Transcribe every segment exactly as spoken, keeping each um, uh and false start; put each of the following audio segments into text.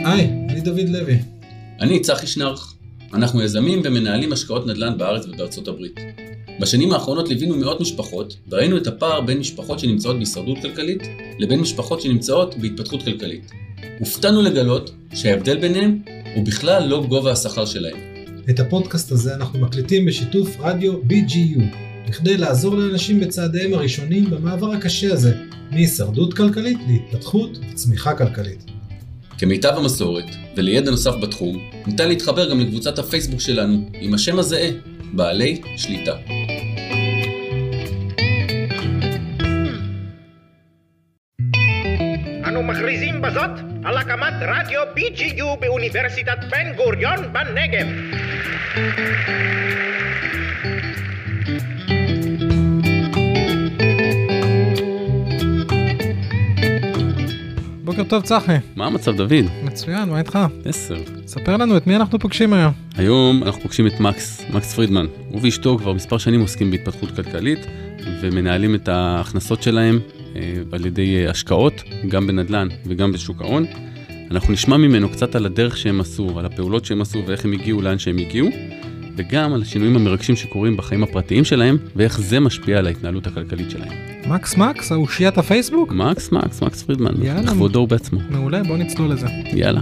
היי, אני דוד לוי. אני צחי שנרח. אנחנו יזמים ומנהלים השקעות נדל"ן בארץ ובארצות הברית. בשנים האחרונות ליווינו מאות משפחות, וראינו את הפער בין משפחות שנמצאות בהישרדות כלכלית, לבין משפחות שנמצאות בהתפתחות כלכלית. הופתענו לגלות שההבדל ביניהם הוא בכלל לא גובה השכר שלהם. את הפודקאסט הזה אנחנו מקליטים בשיתוף רדיו בי ג'י יו, בכדי לעזור לאנשים בצעדיהם הראשונים במעבר הקשה הזה, מהישרדות כלכלית להתפתחות וצמיחה כלכלית. כמיטב המסורת, ולידע נוסף בתחום, ניתן להתחבר גם לקבוצת הפייסבוק שלנו, עם השם הזהה, בעלי שליטה. אנו מכריזים בזאת על הקמת רדיו בי ג'י יו באוניברסיטת בן גוריון בנגב. בוקר טוב צחי. מה המצב דוד? מצוין, מה איתך? עשר. ספר לנו את מי אנחנו פוגשים היום. היום אנחנו פוגשים את מקס, מקס פרידמן. הוא ואשתו כבר מספר שנים עוסקים בהתפתחות כלכלית, ומנהלים את ההכנסות שלהם אה, על ידי השקעות, גם בנדל"ן וגם בשוק ההון. אנחנו נשמע ממנו קצת על הדרך שהם עשו, על הפעולות שהם עשו ואיך הם הגיעו לאן שהם הגיעו, וגם על השינויים המרגשים שקורים בחיים הפרטיים שלהם, ואיך זה משפיע על ההתנהלות הכלכלית שלהם. מקס מקס, האושיית הפייסבוק? מקס מקס, מקס פרידמן, יאללה. לכבודו בעצמו. מעולה, בוא נצלול לזה. יאללה.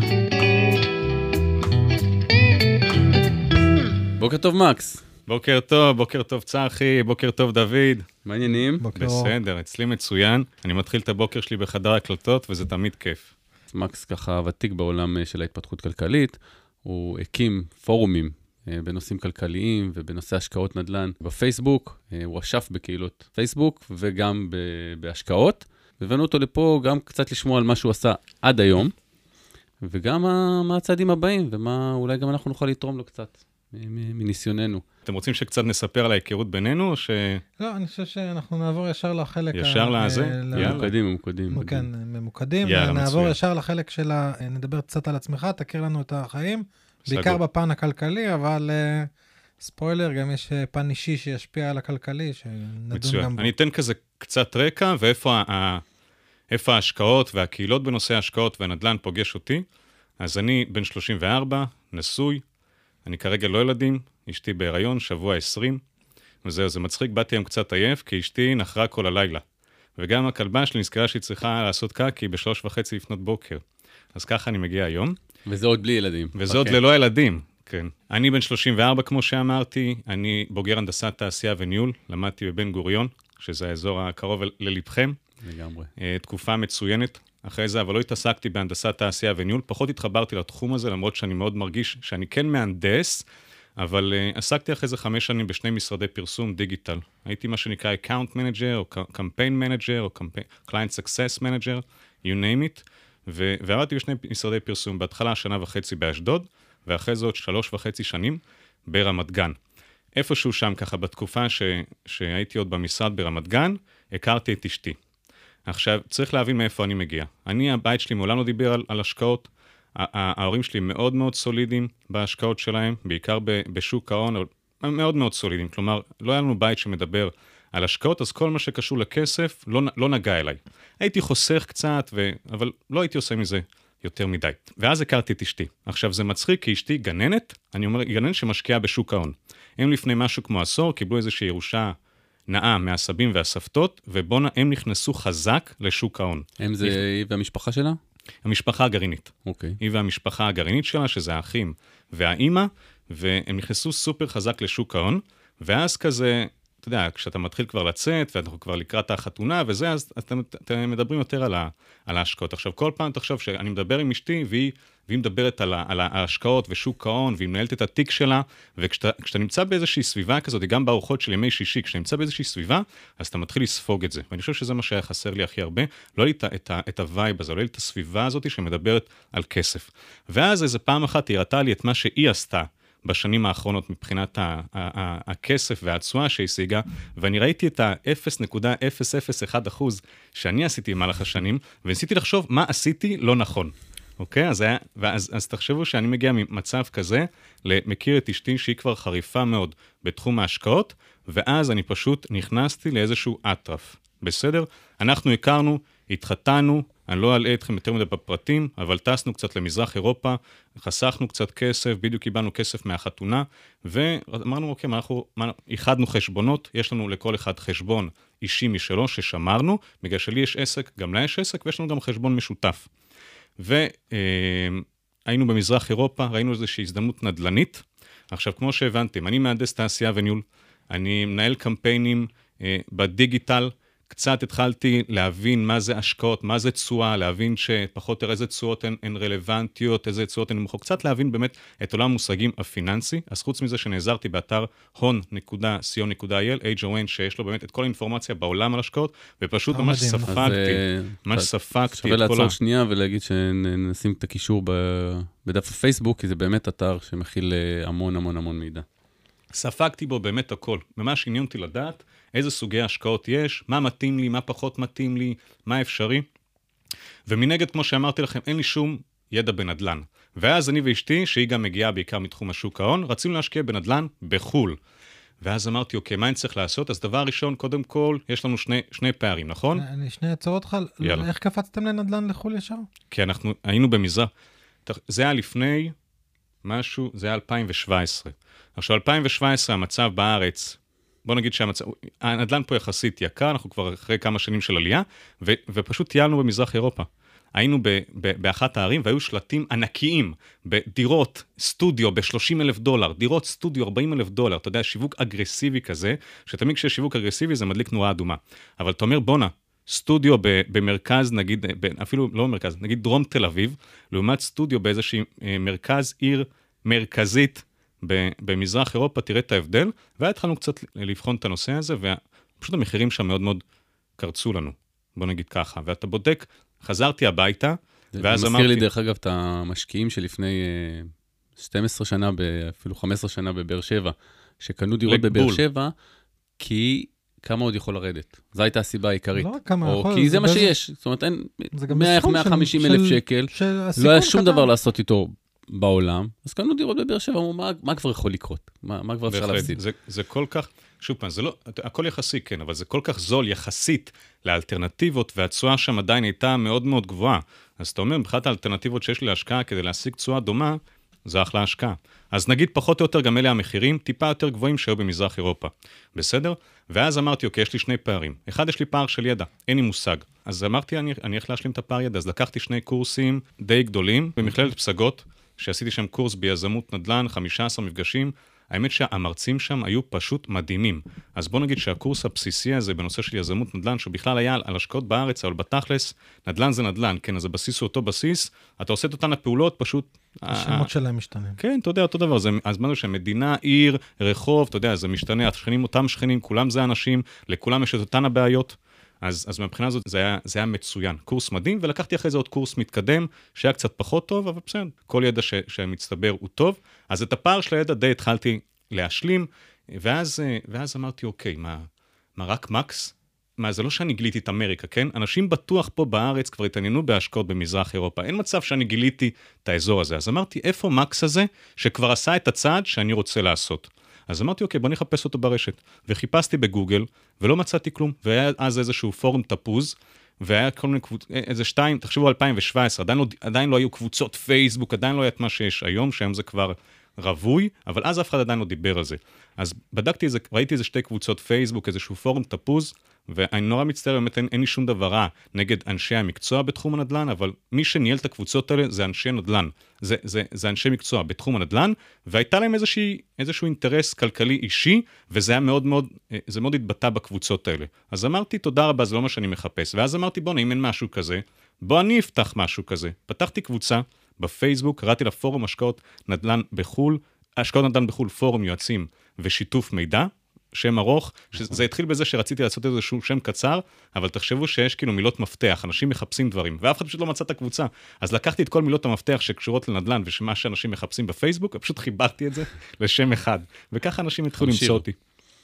בוקר טוב מקס. בוקר טוב, בוקר טוב צחי, בוקר טוב דוד. מה העניינים? בוקר אור. בסדר, אצלי מצוין. אני מתחיל את הבוקר שלי בחדר הקלטות, וזה תמיד כיף. מקס ככה ותיק בעולם של ההתפתחות כלכלית. הוא הקים פורומים בנושאים כלכליים ובנושא השקעות נדל"ן בפייסבוק. הוא אשף בקהילות פייסבוק וגם בהשקעות. והבאנו אותו לפה גם קצת לשמוע על מה שהוא עשה עד היום, וגם מה הצעדים הבאים, ומה אולי גם אנחנו נוכל לתרום לו קצת מניסיוננו. אתם רוצים שקצת נספר על ההיכרות בינינו, או ש... לא, אני חושב שאנחנו נעבור ישר לחלק... ישר לזה? יאללה. ממוקדים, ממוקדים. כן, ממוקדים. יאללה, נעבור מצוין. ישר לחלק שלה, נדבר קצת על עצמך, תכיר לנו את החיים, סגור. בעיקר בפן הכלכלי, אבל אה, ספוילר, גם יש אה, פן אישי שישפיע על הכלכלי, שנדון מצוין. גם בו. אני אתן כזה קצת רקע, ואיפה ה... איפה ההשקעות והקהילות בנושא ההשקעות והנדל"ן פוגש אותי. אז אני בן שלושים וארבע, נשוי, אני כרגע לא ילדים, אשתי בהיריון, שבוע עשרים, וזהו, זה מצחיק, באתי היום קצת עייף, כי אשתי נחרה כל הלילה. וגם הכלבה שלי נזכרה שהיא צריכה לעשות קקי בשלוש וחצי לפנות בוקר. אז ככה אני מגיע היום. וזה עוד בלי ילדים. וזה עוד ללא ילדים, כן. אני בן שלושים וארבע, כמו שאמרתי, אני בוגר הנדסת תעשייה וניהול, למדתי בבן גוריון, שזה האזור הקרוב ללבכם. לגמרי. תקופה מצוינת. אחרי זה, אבל לא התעסקתי בהנדסת תעשייה וניהול, פחות התחברתי לתחום הזה, למרות שאני מאוד מרגיש שאני כן מהנדס, אבל uh, עסקתי אחרי זה חמש שנים בשני משרדי פרסום דיגיטל. הייתי מה שנקרא account manager, או campaign manager, או campaign, client success manager, you name it, ו- ועבדתי בשני משרדי פרסום, בהתחלה שנה וחצי באשדוד, ואחרי זה עוד שלוש וחצי שנים ברמת גן. איפשהו שם ככה, בתקופה ש- שהייתי עוד במשרד ברמת גן, הכרתי את אשתי. עכשיו, צריך להבין מאיפה אני מגיע. אני, הבית שלי מעולם לא דיבר על, על השקעות. ההורים שלי מאוד מאוד סולידיים בהשקעות שלהם, בעיקר בשוק ההון, מאוד מאוד סולידיים. כלומר, לא היה לנו בית שמדבר על השקעות, אז כל מה שקשור לכסף לא, לא נגע אליי. הייתי חוסך קצת, ו... אבל לא הייתי עושה מזה יותר מדי. ואז הכרתי את אשתי. עכשיו, זה מצחיק, כי אשתי גננת, אני אומר, גננת שמשקיעה בשוק ההון. הם לפני משהו כמו עשור, קיבלו איזושהי ירושה נאה מהסבים והסבתות, ובונה, הם נכנסו חזק לשוק ההון. הם זה היא והמשפחה שלה? המשפחה הגרעינית. אוקיי. היא והמשפחה הגרעינית שלה, שזה האחים והאימא, והם נכנסו סופר חזק לשוק ההון, ואז כזה, אתה יודע, כשאתה מתחיל כבר לצאת, ואנחנו כבר לקראת החתונה וזה, אז אתם, אתם מדברים יותר על, ה, על ההשקעות. עכשיו, כל פעם תחשוב שאני מדבר עם אשתי, והיא, והיא מדברת על, ה, על ההשקעות ושוק ההון, והיא מנהלת את התיק שלה, וכשאתה כשאתה נמצא באיזושהי סביבה כזאת, גם בארוחות של ימי שישי, כשאתה נמצא באיזושהי סביבה, אז אתה מתחיל לספוג את זה. ואני חושב שזה מה שהיה חסר לי הכי הרבה, לא לי את, את, את הווייב הזה, לא לי את הסביבה הזאת שמדברת על כסף. ואז איזה פעם אחת היא ראתה לי את מה שהיא עשתה, בשנים האחרונות מבחינת ה- ה- ה- הכסף והתשואה שהשיגה, ואני ראיתי את ה-אפס נקודה אפס אפס אחת אחוז שאני עשיתי במהלך השנים, וניסיתי לחשוב מה עשיתי לא נכון. אוקיי? אז, היה, ואז, אז תחשבו שאני מגיע ממצב כזה, מכיר את אשתי שהיא כבר חריפה מאוד בתחום ההשקעות, ואז אני פשוט נכנסתי לאיזשהו אטרף. בסדר? אנחנו הכרנו, התחתנו, אני לא אעלה אתכם יותר מדי בפרטים, אבל טסנו קצת למזרח אירופה, חסכנו קצת כסף, בדיוק קיבלנו כסף מהחתונה, ואמרנו, אוקיי, אנחנו איחדנו חשבונות, יש לנו לכל אחד חשבון אישי משלו ששמרנו, בגלל שלי יש עסק, גם לה יש עסק, ויש לנו גם חשבון משותף. והיינו במזרח אירופה, ראינו איזושהי הזדמנות נדלנית. עכשיו, כמו שהבנתם, אני מהנדס תעשייה וניהול, אני מנהל קמפיינים בדיגיטל, קצת התחלתי להבין מה זה השקעות, מה זה תשואה, להבין שפחות או איזה תשואות הן, הן רלוונטיות, איזה תשואות הן נמוכות, קצת להבין באמת את עולם המושגים הפיננסי. אז חוץ מזה שנעזרתי באתר הון נקודה סי או נקודה איי אל, H O N, שיש לו באמת את כל האינפורמציה בעולם על השקעות, ופשוט ממש ספגתי, ממש ספגתי. שווה לעצור שנייה ולהגיד שנשים את הקישור בדף הפייסבוק, כי זה באמת אתר שמכיל המון המון המון מידע. ספגתי בו באמת הכל. ממש עניין אותי לדעת איזה סוגי השקעות יש, מה מתאים לי, מה פחות מתאים לי, מה אפשרי. ומנגד, כמו שאמרתי לכם, אין לי שום ידע בנדלן. ואז אני ואשתי, שהיא גם מגיעה בעיקר מתחום השוק ההון, רצינו להשקיע בנדלן בחול. ואז אמרתי, אוקיי, מה אני צריך לעשות? אז דבר ראשון, קודם כל, יש לנו שני, שני פערים, נכון? אני שני אעצור אותך, איך קפצתם לנדלן לחול ישר? כי אנחנו היינו במזרח. זה היה לפני משהו, זה היה אלפיים שבע עשרה. עכשיו, אלפיים שבע עשרה, המצב בארץ, בוא נגיד שהמצב, הנדל"ן פה יחסית יקר, אנחנו כבר אחרי כמה שנים של עלייה, ו, ופשוט טיילנו במזרח אירופה. היינו ב, ב, באחת הערים, והיו שלטים ענקיים, בדירות סטודיו ב-שלושים אלף דולר, דירות סטודיו ארבעים אלף דולר, אתה יודע, שיווק אגרסיבי כזה, שתמיד כשיש שיווק אגרסיבי זה מדליק נורה אדומה. אבל אתה אומר, בונה, סטודיו במרכז, נגיד, אפילו לא במרכז, נגיד דרום תל אביב, לעומת סטודיו באיזושהי מרכז עיר מרכזית, במזרח אירופה, תראה את ההבדל, והתחלנו קצת לבחון את הנושא הזה, ופשוט המחירים שם מאוד מאוד קרצו לנו, בוא נגיד ככה, ואתה בודק, חזרתי הביתה, ואז אמרתי... זה מזכיר לי דרך אגב את המשקיעים שלפני שתים עשרה שנה, אפילו חמש עשרה שנה בבאר שבע, שקנו דירות בבאר שבע, כי כמה עוד יכול לרדת. זו הייתה הסיבה העיקרית. לא כמה יכול... כי זה מה שיש, זאת אומרת, אין מאה עד מאה וחמישים אלף שקל, לא היה שום דבר לעשות איתו, בעולם, אז קנו דירות בבאר שבע, אמרו, מה, מה כבר יכול לקרות? מה, מה כבר אפשר להפסיד? זה, זה כל כך, שוב פעם, זה לא, הכל יחסי, כן, אבל זה כל כך זול יחסית לאלטרנטיבות, והתשואה שם עדיין הייתה מאוד מאוד גבוהה. אז אתה אומר, מבחינת האלטרנטיבות שיש לי להשקעה, כדי להשיג תשואה דומה, זה אחלה השקעה. אז נגיד פחות או יותר גם אלה המחירים, טיפה יותר גבוהים שהיו במזרח אירופה. בסדר? ואז אמרתי, אוקיי, יש לי שני פערים. אחד, יש לי פער של ידע, אין לי מושג. אז אמרתי, אני, אני איך להשלים את הפער ידע. אז לקחתי שני קורסים די גדולים, במכללת פסגות, שעשיתי שם קורס ביזמות נדל"ן, חמישה עשר מפגשים, האמת שהמרצים שם היו פשוט מדהימים. אז בוא נגיד שהקורס הבסיסי הזה בנושא של יזמות נדל"ן, שהוא בכלל היה על השקעות בארץ, אבל בתכלס, נדל"ן זה נדל"ן, כן, אז הבסיס הוא אותו בסיס, אתה עושה את אותן הפעולות, פשוט... השמות שלהם משתנים. כן, אתה יודע, אותו דבר, זה, אז מה זה שמדינה, עיר, רחוב, אתה יודע, זה משתנה, השכנים אותם שכנים, כולם זה אנשים, לכולם יש את אותן הבעיות. אז, אז מבחינה הזאת זה היה, זה היה מצוין, קורס מדהים, ולקחתי אחרי זה עוד קורס מתקדם, שהיה קצת פחות טוב, אבל בסדר, כל ידע ש, שמצטבר הוא טוב, אז את הפער של הידע די התחלתי להשלים, ואז, ואז אמרתי, אוקיי, מה, מה רק מקס? מה, זה לא שאני גיליתי את אמריקה, כן? אנשים בטוח פה בארץ כבר התעניינו בהשקעות במזרח אירופה, אין מצב שאני גיליתי את האזור הזה, אז אמרתי, איפה מקס הזה, שכבר עשה את הצעד שאני רוצה לעשות? אז אמרתי, אוקיי, בוא נחפש אותו ברשת. וחיפשתי בגוגל, ולא מצאתי כלום. והיה אז איזשהו פורום תפוז, והיה כל מיני קבוצות, איזה שתיים, תחשבו אלפיים שבע עשרה, עדיין לא, עדיין לא היו קבוצות פייסבוק, עדיין לא היה את מה שיש היום, שהיום זה כבר רבוי, אבל אז אף אחד עדיין לא דיבר על זה. אז בדקתי איזה, ראיתי איזה שתי קבוצות פייסבוק, איזשהו פורום תפוז, ואני נורא מצטער, באמת אין, אין לי שום דבר רע נגד אנשי המקצוע בתחום הנדל"ן, אבל מי שניהל את הקבוצות האלה זה אנשי נדל"ן, זה, זה, זה אנשי מקצוע בתחום הנדל"ן, והייתה להם איזושהי, איזשהו אינטרס כלכלי אישי, וזה היה מאוד מאוד, זה מאוד התבטא בקבוצות האלה. אז אמרתי, תודה רבה, זה לא מה שאני מחפש. ואז אמרתי, בוא, אם אין משהו כזה, בוא אני אפתח משהו כזה. פתחתי קבוצה בפייסבוק, קראתי לה פורום השקעות נדל"ן בחול, השקעות נדל"ן בחול, פורום יועצים ושיתוף מידע, שם ארוך, שזה התחיל בזה שרציתי לעשות איזשהו שם קצר, אבל תחשבו שיש כאילו מילות מפתח, אנשים מחפשים דברים, ואף אחד פשוט לא מצא את הקבוצה. אז לקחתי את כל מילות המפתח שקשורות לנדל"ן, ושמה שאנשים מחפשים בפייסבוק, ופשוט חיברתי את זה לשם אחד. וככה אנשים התחילו למצוא אותי.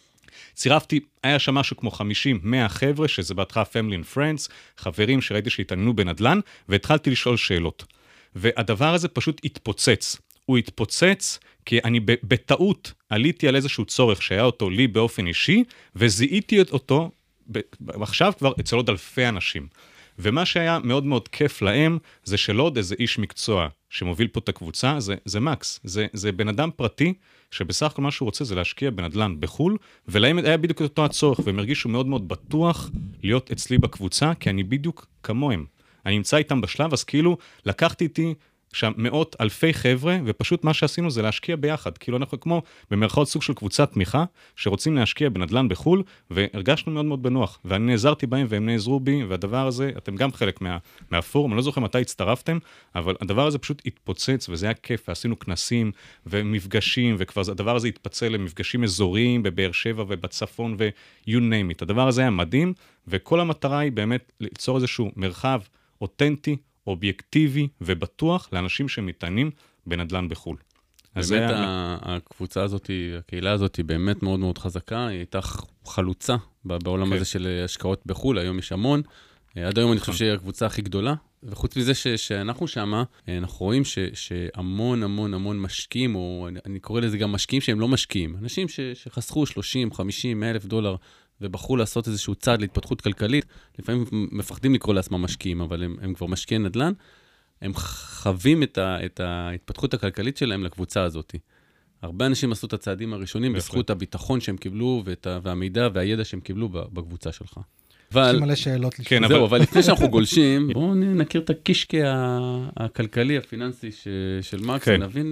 צירפתי, היה שם משהו כמו חמישים מאה חבר'ה, שזה בהתחלה Family and Friends, חברים שראיתי שהתעניינו בנדל"ן, והתחלתי לשאול שאלות. והדבר הזה פשוט התפוצץ. הוא התפוצץ, כי אני בטעות עליתי על איזשהו צורך שהיה אותו לי באופן אישי, וזיהיתי אותו עכשיו כבר אצל עוד אלפי אנשים. ומה שהיה מאוד מאוד כיף להם, זה שלא עוד איזה איש מקצוע שמוביל פה את הקבוצה, זה, זה מקס, זה, זה בן אדם פרטי, שבסך הכל מה שהוא רוצה זה להשקיע בנדלן בחול, ולהם היה בדיוק אותו הצורך, והם הרגישו מאוד מאוד בטוח להיות אצלי בקבוצה, כי אני בדיוק כמוהם. אני נמצא איתם בשלב, אז כאילו לקחתי איתי שם מאות אלפי חבר'ה, ופשוט מה שעשינו זה להשקיע ביחד. כאילו אנחנו כמו במרכאות סוג של קבוצת תמיכה, שרוצים להשקיע בנדלן בחול, והרגשנו מאוד מאוד בנוח. ואני נעזרתי בהם והם נעזרו בי, והדבר הזה, אתם גם חלק מה, מהפורום, אני לא זוכר מתי הצטרפתם, אבל הדבר הזה פשוט התפוצץ, וזה היה כיף, ועשינו כנסים ומפגשים, וכבר הדבר הזה התפצל למפגשים אזוריים בבאר שבע ובצפון, ו-you name it. הדבר הזה היה מדהים, וכל המטרה היא באמת ליצור איזשהו מרחב אותנטי, אובייקטיבי ובטוח לאנשים שמתעניינים בנדלן בחול. באמת היה... הקבוצה הזאת, הקהילה הזאת היא באמת מאוד מאוד חזקה, היא הייתה חלוצה בעולם okay. הזה של השקעות בחול, היום יש המון, עד היום אני חושב שהיא הקבוצה הכי גדולה, וחוץ מזה ש, שאנחנו שמה, אנחנו רואים ש, שהמון המון המון משקיעים, או אני, אני קורא לזה גם משקיעים שהם לא משקיעים, אנשים ש, שחסכו שלושים, חמישים, מאה אלף דולר, ובחרו לעשות איזשהו צעד להתפתחות כלכלית, לפעמים מפחדים לקרוא לעצמם משקיעים, אבל הם, הם כבר משקיעי נדל"ן, הם חווים את, ה, את ההתפתחות הכלכלית שלהם לקבוצה הזאת. הרבה אנשים עשו את הצעדים הראשונים בזכות הביטחון שהם קיבלו, ואת, והמידע והידע שהם קיבלו בקבוצה שלך. אבל, יש מלא שאלות. כן, זהו, אבל לפני שאנחנו גולשים, בואו נכיר את הקישקע הכלכלי, הפיננסי של מקס, ונבין...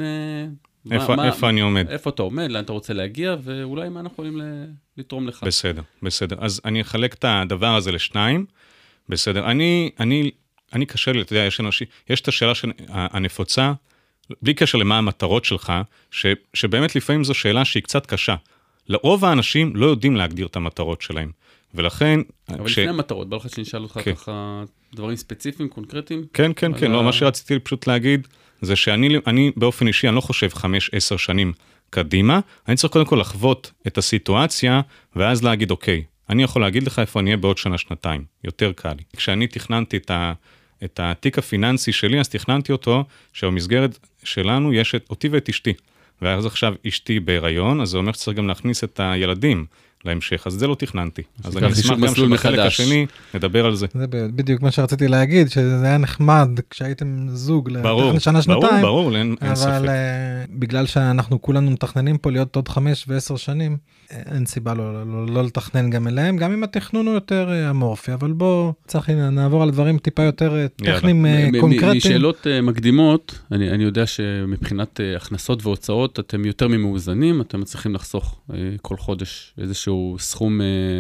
איפה, מה, איפה אני עומד? איפה אתה עומד, לאן אתה רוצה להגיע, ואולי מה אנחנו יכולים לתרום לך. בסדר, בסדר. אז אני אחלק את הדבר הזה לשניים. בסדר. אני, אני, אני קשה לי, אתה יודע, יש אנשים, יש את השאלה הנפוצה, בלי קשר למה המטרות שלך, ש, שבאמת לפעמים זו שאלה שהיא קצת קשה. לרוב האנשים לא יודעים להגדיר את המטרות שלהם. ולכן... אבל כש... לפני המטרות, בא לך שנשאל אותך כן. ככה דברים ספציפיים, קונקרטיים? כן, כן, כן. ה... לא, מה שרציתי פשוט להגיד, זה שאני אני, באופן אישי, אני לא חושב חמש, עשר שנים קדימה, אני צריך קודם כל לחוות את הסיטואציה, ואז להגיד, אוקיי, אני יכול להגיד לך איפה אני אהיה בעוד שנה, שנתיים, יותר קל לי. כשאני תכננתי את, ה, את התיק הפיננסי שלי, אז תכננתי אותו, שבמסגרת שלנו יש את, אותי ואת אשתי, ואז עכשיו אשתי בהיריון, אז זה אומר שצריך גם להכניס את הילדים, להמשך, אז זה לא תכננתי. אז אני אשמח גם שבחלק השני נדבר על זה. זה בדיוק מה שרציתי להגיד, שזה היה נחמד כשהייתם זוג לשנה שנתיים. ברור, ברור, אין ספק. אבל בגלל שאנחנו כולנו מתכננים פה להיות עוד חמש ועשר שנים, אין סיבה לא לתכנן גם אליהם, גם אם התכנון הוא יותר אמורפי, אבל בואו, צריך נעבור על דברים טיפה יותר טכניים קונקרטיים. משאלות מקדימות, אני יודע שמבחינת הכנסות והוצאות, אתם יותר ממאוזנים, אתם מצליחים לחסוך כל חודש איזשהו סכום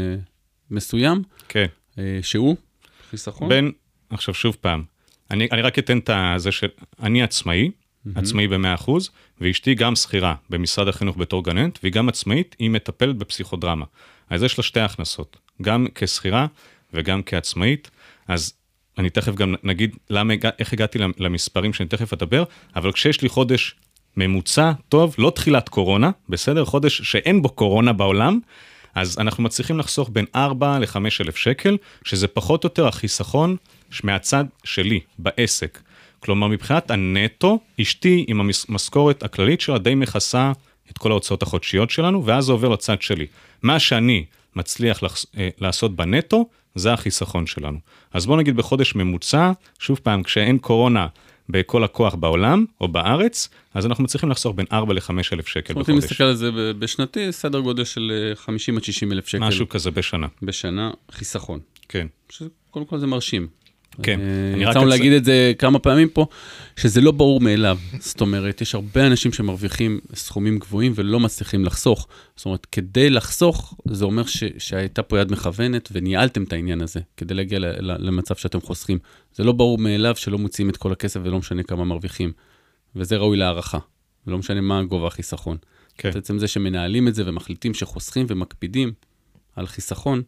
מסוים, כן. שהוא חיסכון. בין, עכשיו שוב פעם, אני רק אתן את זה שאני עצמאי, עצמאי ב-מאה אחוז, ואשתי גם שכירה במשרד החינוך בתור גננת, והיא גם עצמאית, היא מטפלת בפסיכודרמה. אז יש לה שתי הכנסות, גם כשכירה וגם כעצמאית, אז אני תכף גם נגיד למה, איך הגעתי למספרים שאני תכף אדבר, אבל כשיש לי חודש ממוצע טוב, לא תחילת קורונה, בסדר, חודש שאין בו קורונה בעולם, אז אנחנו מצליחים לחסוך בין ארבע לחמש אלף שקל, שזה פחות או יותר החיסכון מהצד שלי, בעסק. כלומר, מבחינת הנטו, אשתי עם המשכורת הכללית שלה די מכסה את כל ההוצאות החודשיות שלנו, ואז זה עובר לצד שלי. מה שאני מצליח לחס... לעשות בנטו, זה החיסכון שלנו. אז בואו נגיד בחודש ממוצע, שוב פעם, כשאין קורונה בכל הכוח בעולם או בארץ, אז אנחנו מצליחים לחסוך בין ארבע לחמש אלף שקל בחודש. אם נסתכל על זה בשנתי, סדר גודל של חמישים עד שישים אלף שקל. משהו כזה בשנה. בשנה, חיסכון. כן. קודם כל זה מרשים. כן. רצינו להגיד את זה כמה פעמים פה, שזה לא ברור מאליו. זאת אומרת, יש הרבה אנשים שמרוויחים סכומים גבוהים ולא מצליחים לחסוך. זאת אומרת, כדי לחסוך, זה אומר שהייתה פה יד מכוונת וניהלתם את העניין הזה, כדי להגיע למצב שאתם חוסכים. זה לא ברור מאליו שלא מוציאים את כל הכסף ולא משנה כמה מרוויחים. וזה ראוי להערכה. ולא משנה מה גובה החיסכון. כן. בעצם זה שמנהלים את זה ומחליטים שחוסכים ומקפידים על חיסכון,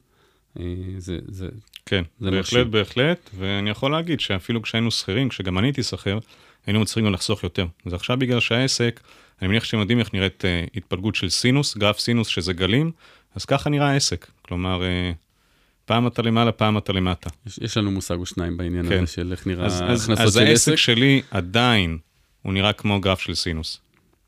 זה, זה, כן, זה בהחלט, מרשים. בהחלט, ואני יכול להגיד שאפילו כשהיינו שכירים, כשגם אני הייתי שכיר, היינו מצליחים גם לחסוך יותר. אז עכשיו בגלל שהעסק, אני מניח שאתם יודעים איך נראית אה, התפלגות של סינוס, גרף סינוס שזה גלים, אז ככה נראה העסק. כלומר, אה, פעם אתה למעלה, פעם אתה למטה. יש, יש לנו מושג או שניים בעניין כן. הזה של איך נראה אז, ההכנסות אז, אז של עסק. אז העסק שלי עדיין, הוא נראה כמו גרף של סינוס.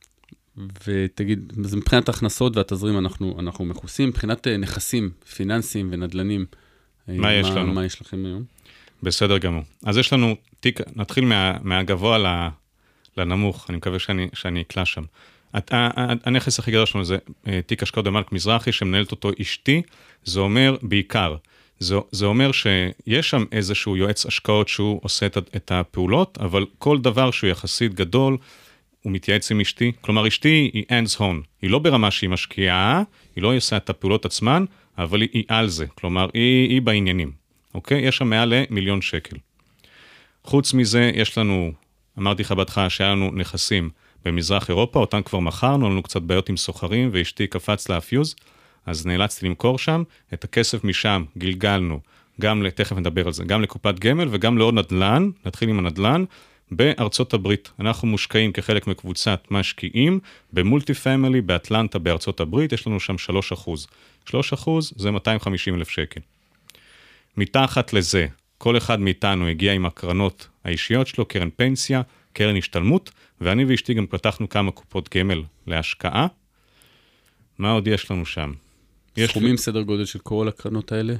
ותגיד, אז מבחינת ההכנסות והתזרים אנחנו, אנחנו מכוסים, מבחינת נכסים, פיננסיים ונדלנים, מה יש לנו? מה יש לכם היום? בסדר גמור. אז יש לנו תיק, נתחיל מה, מהגבוה לנמוך, אני מקווה שאני, שאני אקלע שם. הנכס הכי גדול שלנו זה תיק השקעות במלק מזרחי, שמנהלת אותו אשתי, זה אומר בעיקר, זה, זה אומר שיש שם איזשהו יועץ השקעות שהוא עושה את, את הפעולות, אבל כל דבר שהוא יחסית גדול, הוא מתייעץ עם אשתי, כלומר אשתי היא hands on, היא לא ברמה שהיא משקיעה, היא לא עושה את הפעולות עצמן, אבל היא, היא על זה, כלומר היא, היא בעניינים, אוקיי? יש שם מעל למיליון שקל. חוץ מזה יש לנו, אמרתי לך בהתחלה שהיה לנו נכסים במזרח אירופה, אותם כבר מכרנו, לנו קצת בעיות עם סוחרים, ואשתי קפץ לאפיוז, אז נאלצתי למכור שם, את הכסף משם גלגלנו, גם, תכף נדבר על זה, גם לקופת גמל וגם לעוד נדל"ן, נתחיל עם הנדל"ן, בארצות הברית. אנחנו מושקעים כחלק מקבוצת משקיעים, במולטי פמילי, באטלנטה, בארצות הברית, יש לנו שם שלושה אחוז. שלושה אחוז זה מאתיים וחמישים אלף שקל. מתחת לזה, כל אחד מאיתנו הגיע עם הקרנות האישיות שלו, קרן פנסיה, קרן השתלמות, ואני ואשתי גם פתחנו כמה קופות גמל להשקעה. מה עוד יש לנו שם? סכומים יש... סדר גודל של כל הקרנות האלה?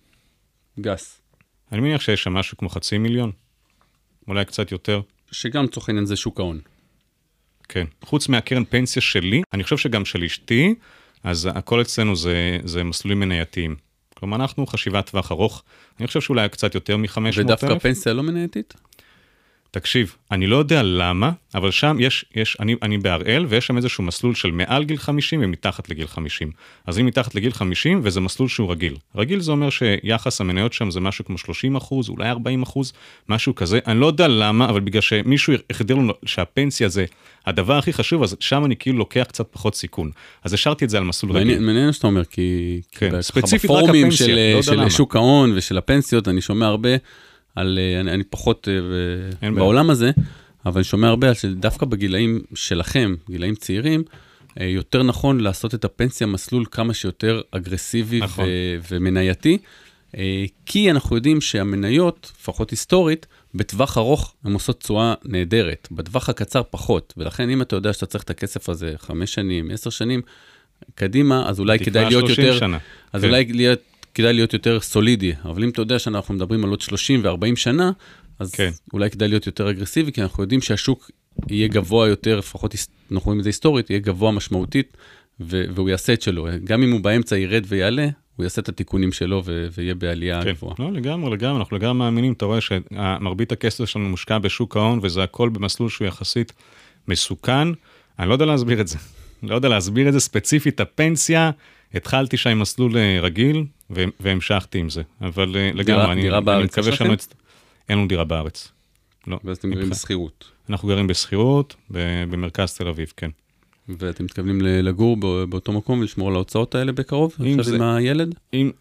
גס. אני מניח שיש שם משהו כמו חצי מיליון. אולי קצת יותר. שגם צורך העניין זה שוק ההון. כן. חוץ מהקרן פנסיה שלי, אני חושב שגם של אשתי, אז הכל אצלנו זה, זה מסלולים מנייתיים. כלומר, אנחנו חשיבת טווח ארוך. אני חושב שאולי קצת יותר מ-חמש מאות אלף. ודווקא פנסיה לא מנייתית? תקשיב, אני לא יודע למה, אבל שם יש, יש, אני, אני בהראל, ויש שם איזשהו מסלול של מעל גיל חמישים ומתחת לגיל חמישים. אז אני מתחת לגיל חמישים, וזה מסלול שהוא רגיל. רגיל זה אומר שיחס המניות שם זה משהו כמו שלושים אחוז, אולי ארבעים אחוז, משהו כזה. אני לא יודע למה, אבל בגלל שמישהו החדיר לנו שהפנסיה זה הדבר הכי חשוב, אז שם אני כאילו לוקח קצת פחות סיכון. אז השארתי את זה על מסלול רגיל. מעניין שאתה אומר, כי כן, ספציפית רק הפנסיה, של, לא יודע של למה. שוק ההון ושל הפנסיות, אני שומע הרבה על, אני, אני פחות uh, בעולם הזה, אבל אני שומע הרבה על שדווקא בגילאים שלכם, גילאים צעירים, uh, יותר נכון לעשות את הפנסיה מסלול כמה שיותר אגרסיבי נכון. ו- ומנייתי, uh, כי אנחנו יודעים שהמניות, לפחות היסטורית, בטווח ארוך הן עושות תשואה נהדרת, בטווח הקצר פחות, ולכן אם אתה יודע שאתה צריך את הכסף הזה חמש שנים, עשר שנים, קדימה, אז אולי כדאי להיות יותר, שנה. אז כן. אולי להיות כדאי להיות יותר סולידי, אבל אם אתה יודע שאנחנו מדברים על עוד שלושים וארבעים שנה, אז כן. אולי כדאי להיות יותר אגרסיבי, כי אנחנו יודעים שהשוק יהיה גבוה יותר, לפחות אנחנו רואים את זה היסטורית, יהיה גבוה משמעותית, ו- והוא יעשה את שלו. גם אם הוא באמצע ירד ויעלה, הוא יעשה את התיקונים שלו ו- ויהיה בעלייה כן. גבוהה. לא, לגמרי, לגמרי, אנחנו לגמרי מאמינים, אתה רואה שמרבית הכסף שלנו מושקע בשוק ההון, וזה הכל במסלול שהוא יחסית מסוכן. אני לא יודע להסביר את זה. לא יודע להסביר את זה ספציפית, הפנסיה, התחלתי שם עם מסלול רגיל, והמשכתי עם זה. אבל לגמרי, דירה בארץ יש לכם? אין לנו דירה בארץ. לא. ואז אתם גרים בסחירות. אנחנו גרים בסחירות, במרכז תל אביב, כן. ואתם מתכוונים לגור באותו מקום ולשמור על ההוצאות האלה בקרוב? עכשיו עם הילד?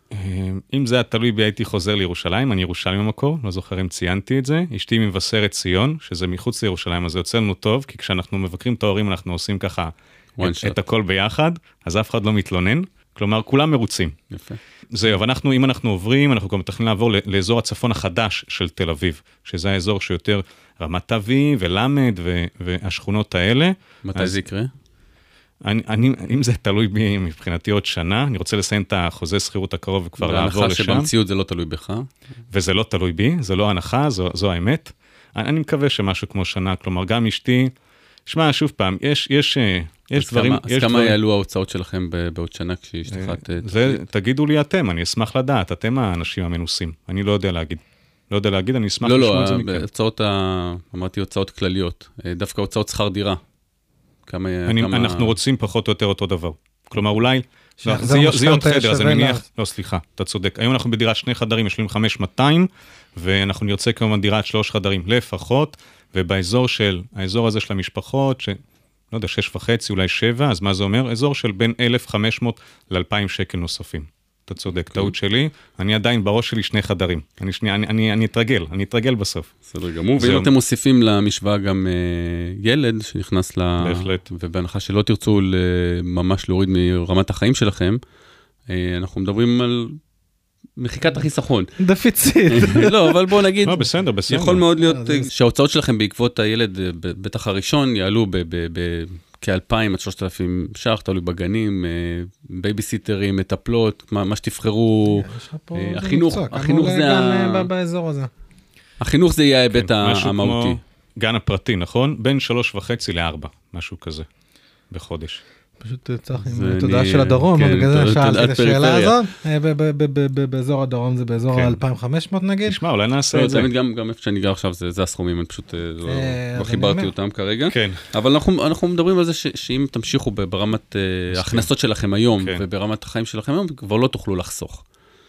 אם זה היה תלוי בי, הייתי חוזר לירושלים, אני ירושלים במקור, לא זוכר אם ציינתי את זה. אשתי מבשרת ציון, שזה מחוץ לירושלים, אז זה יוצא לנו טוב, כי כשאנחנו מבקרים את ההורים, אנחנו עושים ככה את הכל ביחד, אז אף אחד לא מתלונן. כלומר, כולם מרוצים. יפה. זהו, אבל אנחנו, אם אנחנו עוברים, אנחנו גם מתכננים לעבור לאזור הצפון החדש של תל אביב, שזה האזור שיותר רמת אביב ולמד והשכונות האלה. מתי זה יקרה? אני, אני, אם זה תלוי בי מבחינתי עוד שנה, אני רוצה לסיים את החוזה שכירות הקרוב וכבר לעבור לשם. והנחה שבמציאות זה לא תלוי בך. וזה לא תלוי בי, זה לא הנחה, זו, זו האמת. אני, אני מקווה שמשהו כמו שנה, כלומר, גם אשתי, שמע, שוב פעם, יש, יש, יש דברים... אז כמה יעלו ההוצאות שלכם בעוד שנה כשאשתך... תגידו לי אתם, אני אשמח לדעת, אתם האנשים המנוסים, אני לא יודע להגיד. לא יודע להגיד, אני אשמח לשמוע את זה מכם. לא, לא, הוצאות, אמרתי, הוצאות כלליות, דווקא הוצאות שכר דירה. אנחנו רוצים פחות או יותר אותו דבר. כלומר, אולי... זה יהיה עוד חדר, אז אני מניח... לא, סליחה, אתה צודק. היום אנחנו בדירת שני חדרים, יש לנו חמש מאתיים, ואנחנו נרצה כמובן דירת שלוש חדרים לפחות, ובאזור של, האזור הזה של המשפחות, ש... לא יודע, שש וחצי, אולי שבע, אז מה זה אומר? אזור של בין אלף וחמש מאות ל-אלפיים שקל נוספים. אתה צודק, טעות שלי, אני עדיין בראש שלי שני חדרים. אני שנייה, אני, אני, אני אתרגל, אני אתרגל בסוף. בסדר גמור, ואם אתם מוסיפים למשוואה גם ילד שנכנס ל... בהחלט. ובהנחה שלא תרצו ממש להוריד מרמת החיים שלכם, אנחנו מדברים על מחיקת החיסכון. דפיציט. לא, אבל בואו נגיד, לא, בסדר, בסדר. יכול מאוד להיות שההוצאות שלכם בעקבות הילד, בטח הראשון, יעלו כ-אלפיים עד שלושת אלפים שח, תלוי בגנים, בייביסיטרים, מטפלות, מה שתבחרו, החינוך, החינוך זה גם באזור הזה. החינוך זה יהיה ההיבט כן, המהותי. כמו גן הפרטי, נכון? בין שלוש וחצי לארבע, משהו כזה, בחודש. פשוט צריך עם תודעה של הדרום, בגלל זה שאלתי את השאלה הזאת, באזור הדרום זה באזור ה-אלפיים וחמש מאות נגיד. תשמע, אולי נעשה את זה. גם איפה שאני גר עכשיו, זה הסכומים, אני פשוט לא חיברתי אותם כרגע. כן. אבל אנחנו מדברים על זה שאם תמשיכו ברמת ההכנסות שלכם היום, וברמת החיים שלכם היום, כבר לא תוכלו לחסוך.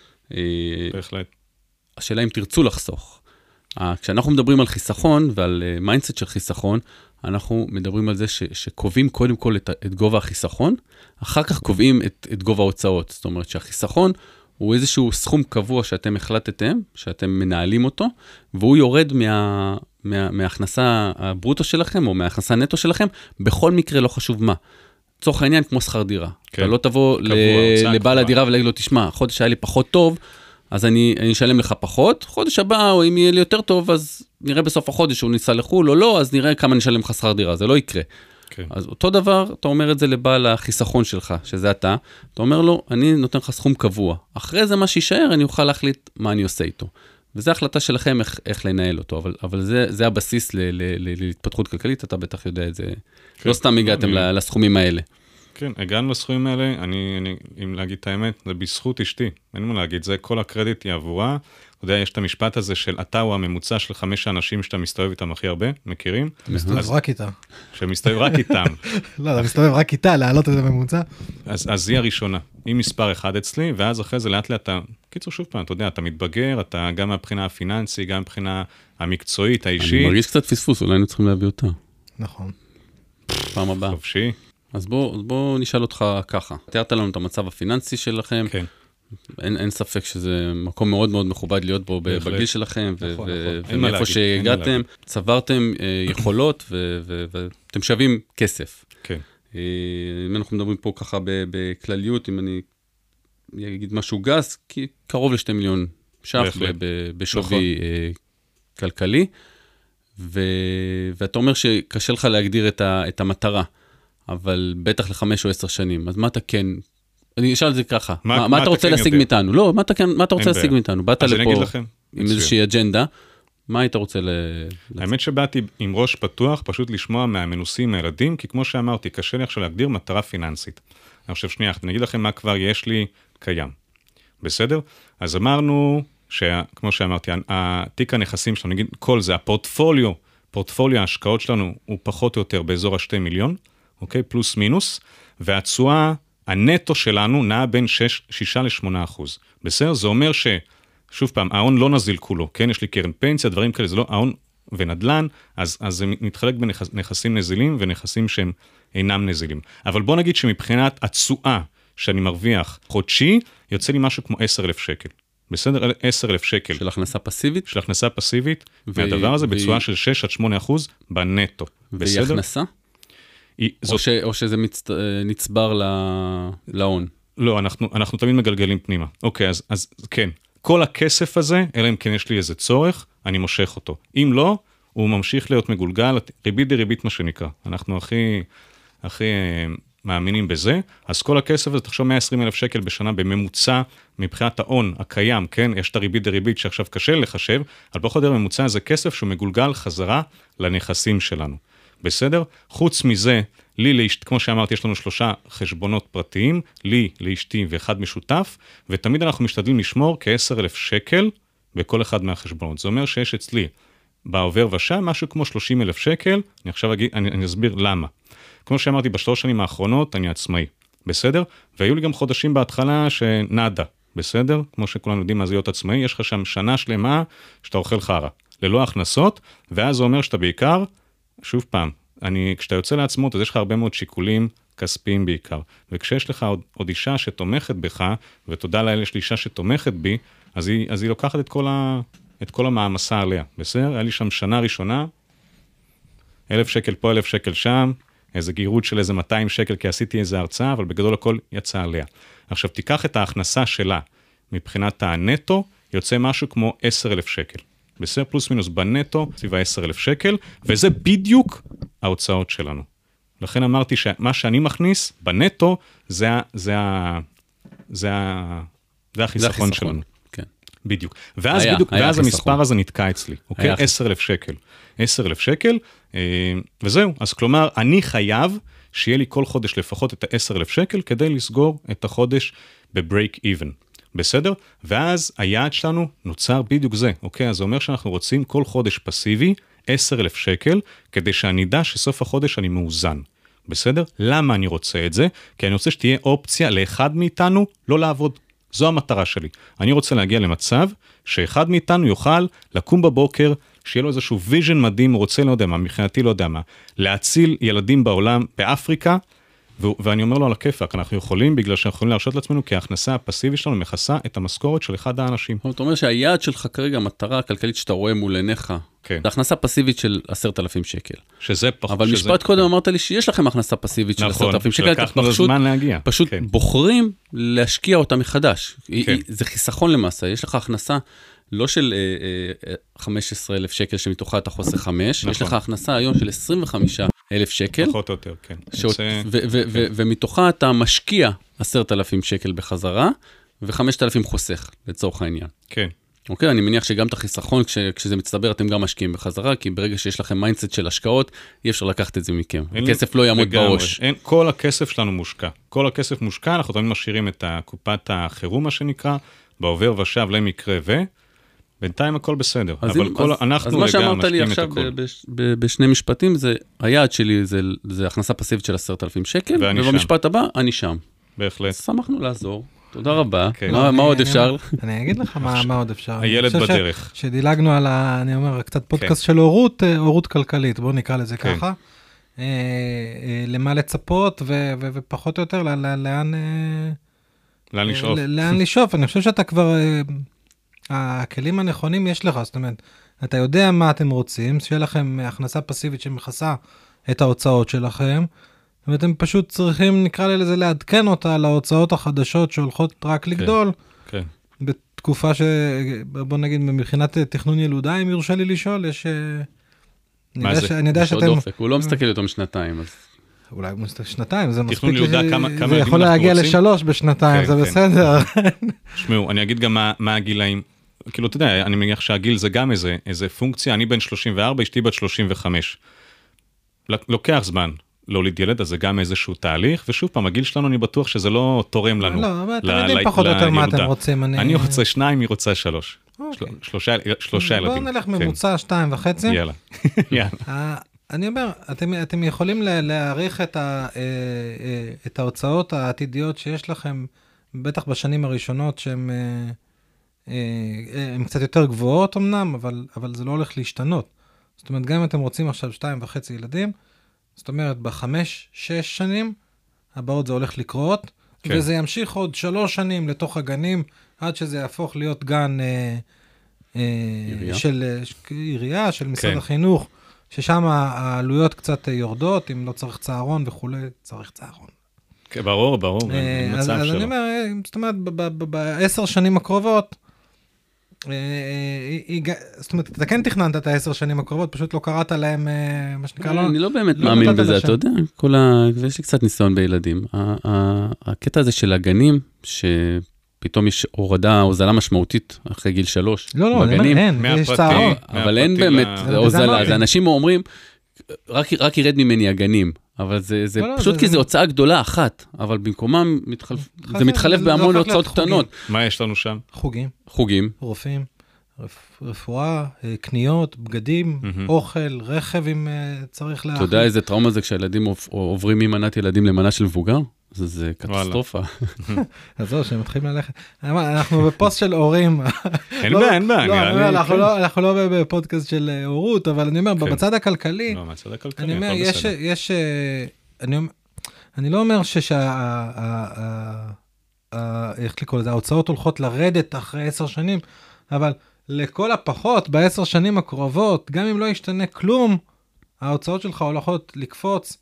בהחלט. השאלה אם תרצו לחסוך. כשאנחנו מדברים על חיסכון ועל מיינדסט של חיסכון, אנחנו מדברים על זה ש, שקובעים קודם כל את, את גובה החיסכון, אחר כך קובעים את, את גובה ההוצאות. זאת אומרת שהחיסכון הוא איזשהו סכום קבוע שאתם החלטתם, שאתם מנהלים אותו, והוא יורד מה, מה, מההכנסה הברוטו שלכם, או מההכנסה הנטו שלכם, בכל מקרה לא חשוב מה. צורך העניין כמו שכר דירה. כן. אתה לא תבוא קבוע, ל, לבעל הדירה ולהגיד לו, תשמע, חודש היה לי פחות טוב, אז אני, אני אשלם לך פחות, חודש הבא, או אם יהיה לי יותר טוב, אז נראה בסוף החודש שהוא ניסה לחול או לא, אז נראה כמה נשלם לך שכר דירה, זה לא יקרה. Okay. אז אותו דבר, אתה אומר את זה לבעל החיסכון שלך, שזה אתה, אתה אומר לו, אני נותן לך סכום קבוע. אחרי זה מה שישאר, אני אוכל להחליט מה אני עושה איתו. וזו החלטה שלכם איך, איך לנהל אותו, אבל, אבל זה, זה הבסיס ל, ל, ל, להתפתחות כלכלית, אתה בטח יודע את זה. Okay. לא סתם הגעתם אני... לסכומים האלה. כן, הגענו לסכומים האלה, אני, אני, אם להגיד את האמת, זה בזכות אשתי, אין מה להגיד, זה כל הקרדיט היא עבורה, אתה יודע, יש את המשפט הזה של אתה הוא הממוצע של חמש האנשים שאתה מסתובב איתם הכי הרבה, מכירים? מסתובב רק איתה. שמסתובב רק איתם. לא, אתה מסתובב רק איתה, להעלות את הממוצע. אז, אז היא הראשונה, היא מספר אחד אצלי, ואז אחרי זה לאט לאט אתה, קיצור שוב פעם, אתה יודע, אתה מתבגר, אתה גם מהבחינה הפיננסית, גם מבחינה המקצועית, האישית. אני מרגיש קצת פספוס, אולי היינו צריכים להביא אותה. נכון. פעם הבאה. חופשי. אז בוא, בוא נשאל אותך ככה. תיארת לנו את המצב הפיננסי שלכם. כן. אין, אין ספק שזה מקום מאוד מאוד מכובד להיות בו בהחלט. בגיל שלכם, ו- נכון, ו- נכון. ומאיפה שהגעתם, צברתם אה, יכולות, ואתם שווים כסף. כן. אה, אם אנחנו מדברים פה ככה בכלליות, אם אני אגיד משהו גס, כי קרוב לשתי מיליון שח ב- ב- בשווי נכון. אה, כלכלי, ו- ואתה אומר שקשה לך להגדיר את, ה- את המטרה. אבל בטח לחמש או עשר שנים. אז מה אתה כן... אני אשאל את זה ככה. מה, מה, מה אתה רוצה להשיג מאיתנו? לא, מה אתה, כן, מה אתה רוצה להשיג מאיתנו? באת לפה עם איזושהי אג'נדה. מה היית רוצה ל... האמת שבאתי עם ראש פתוח, פשוט לשמוע מהמנוסים, מהילדים, כי כמו שאמרתי, קשה לי עכשיו להגדיר מטרה פיננסית. אני חושב שנייה, אני אגיד לכם מה כבר יש לי קיים. בסדר? אז אמרנו, שכמו שאמרתי, התיק הנכסים שלנו, נגיד כל זה, הפורטפוליו, פורטפוליו ההשקעות שלנו הוא פחות או יותר באזור השתי מיליון, אוקיי? פלוס מינוס, והתשואה, הנטו שלנו נע בין שישה לשמונה אחוז. בסדר? זה אומר ש, שוב פעם, ההון לא נזיל כולו, כן? יש לי קרן פנסיה, דברים כאלה, זה לא ההון ונדלן, אז, אז זה מתחלק בנכסים נזילים ונכסים שהם אינם נזילים. אבל בוא נגיד שמבחינת התשואה שאני מרוויח חודשי, יוצא לי משהו כמו עשרת אלפים שקל. בסדר? עשרת אלפים שקל. של הכנסה פסיבית? של הכנסה פסיבית, ו... והדבר הזה ו... בתשואה של שש עד שמונה אחוז בנטו. והיא הכנסה? היא, או, זאת... ש... או שזה מצ... נצבר להון? לא, אנחנו, אנחנו תמיד מגלגלים פנימה. אוקיי, אז, אז כן. כל הכסף הזה, אלא אם כן יש לי איזה צורך, אני מושך אותו. אם לא, הוא ממשיך להיות מגולגל, ריבית דריבית מה שנקרא. אנחנו הכי, הכי מאמינים בזה. אז כל הכסף הזה, תחשוב מאה ועשרים אלף שקל בשנה בממוצע, מבחינת ההון הקיים, כן? יש את הריבית דריבית שעכשיו קשה לחשב, אבל פחות או יותר ממוצע זה כסף שהוא מגולגל חזרה לנכסים שלנו. בסדר? חוץ מזה, לי, לאשת, כמו שאמרתי, יש לנו שלושה חשבונות פרטיים, לי, לאשתי ואחד משותף, ותמיד אנחנו משתדלים לשמור כ-עשרת אלפים שקל בכל אחד מהחשבונות. זה אומר שיש אצלי בעובר ושם משהו כמו שלושים אלף שקל, אני עכשיו אגיד, אני, אני אסביר למה. כמו שאמרתי, בשלוש שנים האחרונות אני עצמאי, בסדר? והיו לי גם חודשים בהתחלה שנדה, בסדר? כמו שכולנו יודעים מה זה להיות עצמאי, יש לך שם שנה שלמה שאתה אוכל חרה, ללא הכנסות, ואז זה אומר שאתה בעיקר, שוב פעם, אני, כשאתה יוצא לעצמות, אז יש לך הרבה מאוד שיקולים כספיים בעיקר. וכשיש לך עוד, עוד אישה שתומכת בך, ותודה לאל יש לי אישה שתומכת בי, אז היא, אז היא לוקחת את כל, ה, את כל המאמסה עליה. בסדר? היה לי שם שנה ראשונה, אלף שקל פה, אלף שקל שם, איזה גירות של איזה מאתיים שקל, כי עשיתי איזה הרצאה, אבל בגדול הכל יצא עליה. עכשיו, תיקח את ההכנסה שלה, מבחינת הנטו, יוצא משהו כמו עשרת אלפים שקל. בסדר פלוס מינוס בנטו, סביב ה-עשרת אלפים שקל, וזה בדיוק ההוצאות שלנו. לכן אמרתי שמה שאני מכניס בנטו, זה, זה, זה, זה, זה החיסכון שלנו. כן. בדיוק. ואז, היה, בדיוק, היה ואז חיסכון. המספר הזה נתקע אצלי, אוקיי? עשרת אלפים שקל. עשרת אלפים שקל, אה, וזהו. אז כלומר, אני חייב שיהיה לי כל חודש לפחות את ה-עשרת אלפים שקל, כדי לסגור את החודש ב-break even. בסדר? ואז היעד שלנו נוצר בדיוק זה, אוקיי? אז זה אומר שאנחנו רוצים כל חודש פסיבי, עשרת אלפים שקל, כדי שאני אדע שסוף החודש אני מאוזן. בסדר? למה אני רוצה את זה? כי אני רוצה שתהיה אופציה לאחד מאיתנו לא לעבוד. זו המטרה שלי. אני רוצה להגיע למצב שאחד מאיתנו יוכל לקום בבוקר, שיהיה לו איזשהו ויז'ן מדהים, הוא רוצה לא יודע מה, מבחינתי לא יודע מה, להציל ילדים בעולם באפריקה, ו- ואני אומר לו על הכיפק, אנחנו יכולים, בגלל שאנחנו יכולים להרשות לעצמנו, כי ההכנסה הפסיבית שלנו מכסה את המשכורת של אחד האנשים. אתה אומר שהיעד שלך כרגע, המטרה הכלכלית שאתה רואה מול עיניך, כן. זה הכנסה פסיבית של עשרת אלפים שקל. שזה פח... אבל שזה... משפט קודם אמרת לי שיש לכם הכנסה פסיבית של עשרת אלפים שקל, נכון, שלקחנו פשוט, לזמן להגיע. פשוט כן. בוחרים להשקיע אותה מחדש. כן. זה חיסכון למעשה, יש לך הכנסה לא של אה, אה, חמישה עשר אלף שקל שמתוכה אתה חוסך חמש, נכון. יש לך הכנסה היום של עשרים וחמישה אלף שקל, פחות או יותר, כן. שאות, יוצא... ו- ו- ו- ו- ומתוכה אתה משקיע עשרת אלפים שקל בחזרה, וחמשת אלפים חוסך לצורך העניין. כן. אוקיי, אני מניח שגם את החיסכון, כש, כשזה מצטבר, אתם גם משקיעים בחזרה, כי ברגע שיש לכם מיינדסט של השקעות, אי אפשר לקחת את זה מכם. הכסף לא יעמוד לגמרי. בראש. אין, כל הכסף שלנו מושקע. כל הכסף מושקע, אנחנו תמיד משאירים את קופת החירום, מה שנקרא, בעובר ושב למקרה ו... בינתיים הכל בסדר. אבל אם, כל, אז, אנחנו אז מה שאמרת לי משקיעים את עכשיו הכל. ב, ב, ב, בשני משפטים, זה, היעד שלי זה, זה הכנסה פסיבית של עשרת אלפים שקל, ובמשפט הבא, אני שם. בהחלט. שמחנו לעזור. תודה רבה. כן. מה, מה עוד אני- אפשר? אני אגיד לך מה מה עוד אפשר. הילד אני חושב ש- בדרך. שדילגנו על ה... אני אומר, קצת פודקאסט של הורות, אה, הורות כלכלית, בואו נקרא לזה כן. ככה. אה, אה, למה לצפות ו- ו- ופחות או יותר ל- ל- לאן... אה, לאן לשאוף? ל- לאן לשאוף. אני חושב שאתה כבר... אה, הכלים הנכונים יש לך, זאת אומרת, אתה יודע מה אתם רוצים, שיהיה לכם הכנסה פסיבית שמכסה את ההוצאות שלכם, ואתם פשוט צריכים, נקרא לזה, לעדכן אותה להוצאות החדשות שהולכות רק לגדול, כן. בתקופה ש... בוא נגיד, מבחינת תכנון ילודה, אם יורשה לי לשאול, יש... אני מה יודע זה? ש- אני יודע יש עוד שאתם... אופק, הוא לא מסתכל יותר משנתיים, אז... אולי הוא מסתכל שנתיים, זה מספיק... תכנון ילודה, לי- כמה- כמה זה ילדים יכול אנחנו להגיע רוצים? לשלוש בשנתיים, כן, זה כן. בסדר. תשמעו, אני אגיד גם מה, מה הגילאים. כאילו, אתה יודע, אני מניח שהגיל זה גם איזה, איזה פונקציה, אני בן שלושים וארבע, אשתי בת שלושים וחמש. לוקח זמן להוליד ילד, אז זה גם איזשהו תהליך, ושוב פעם, הגיל שלנו, אני בטוח שזה לא תורם לנו. לא, אבל אתם ל- יודעים ל- פחות או יותר מה לילודה. אתם רוצים. אני רוצה שניים, היא רוצה שלוש. אוקיי. של- שלושה, שלושה בואו ילדים. נלך כן. ממוצע שתיים וחצי. יאללה. יאללה. אה, אני אומר, אתם, אתם יכולים לה- להעריך את, ה, אה, אה, את ההוצאות העתידיות שיש לכם, בטח בשנים הראשונות, שהן אה, אה, הן קצת יותר גבוהות אמנם, אבל, אבל זה לא הולך להשתנות. זאת אומרת, גם אם אתם רוצים עכשיו שתיים וחצי ילדים, זאת אומרת, בחמש, שש שנים, הבאות זה הולך לקרות, כן. וזה ימשיך עוד שלוש שנים לתוך הגנים, עד שזה יהפוך להיות גן אה, אה, עירייה? של אה, ש- עירייה, של משרד כן. החינוך, ששם העלויות קצת אה, יורדות, אם לא צריך צהרון וכולי, צריך צהרון. כן, ברור, ברור, אה, אין אז מצב אז אני שלא. אומר, אה, זאת אומרת, ב- ב- ב- בעשר שנים הקרובות, אה, אה, היא ג- זאת אומרת, אתה כן תכננת את העשר שנים הקרובות, פשוט לא קראת להם, אה, מה שנקרא, לא... אני לא באמת לא מאמין נתת בזה, לשם. אתה יודע, כל ה... ויש לי קצת ניסיון בילדים. ה- ה- הקטע הזה של הגנים, שפתאום יש הורדה, הוזלה משמעותית אחרי גיל שלוש. לא, לא, אני בגנים, אומר, אין, יש מהפרטי. צהרון. אבל אין מהפרטי באמת ל- זה הוזלה. אמרתי. אז אנשים אומרים, רק, רק ירד ממני הגנים, אבל זה, זה לא, לא, פשוט זה- כי זה- זו הוצאה גדולה אחת, אבל במקומם מתחלף, חזק, זה מתחלף זה- זה בהמון הופך להיות הוצאות חוגים. קטנות. מה יש לנו שם? חוגים, חוגים, רופאים, רפ- רפואה, אה, קניות, בגדים, מהמם. אוכל, רכב אם אה, צריך אתה להחליט. יודע איזה טראומה זה כשהילדים עוב- עוברים ממנת ילדים למנה של מבוגר? זה, זה קטסטרופה. אז זהו, שהם מתחילים ללכת. אני אומר, אנחנו בפוסט של הורים. אין לא- בעיה, אין בעיה, לא, נראה אני אומר, לי, אנחנו כן. לא- אנחנו לא בפודקאסט של אה, הורות, אבל אני אומר, כן. בצד הכלכלי, לא, מהצד הכלכלי, אני אומר, הכל יש, בסדר. יש, אה, אני אומר, אני לא אומר ששה, ה- ה- ה- ה- איך לקרוא לזה, ההוצאות הולכות לרדת אחרי עשר שנים, אבל לכל הפחות בעשר שנים הקרובות, גם אם לא ישתנה כלום, ההוצאות שלך הולכות לקפוץ,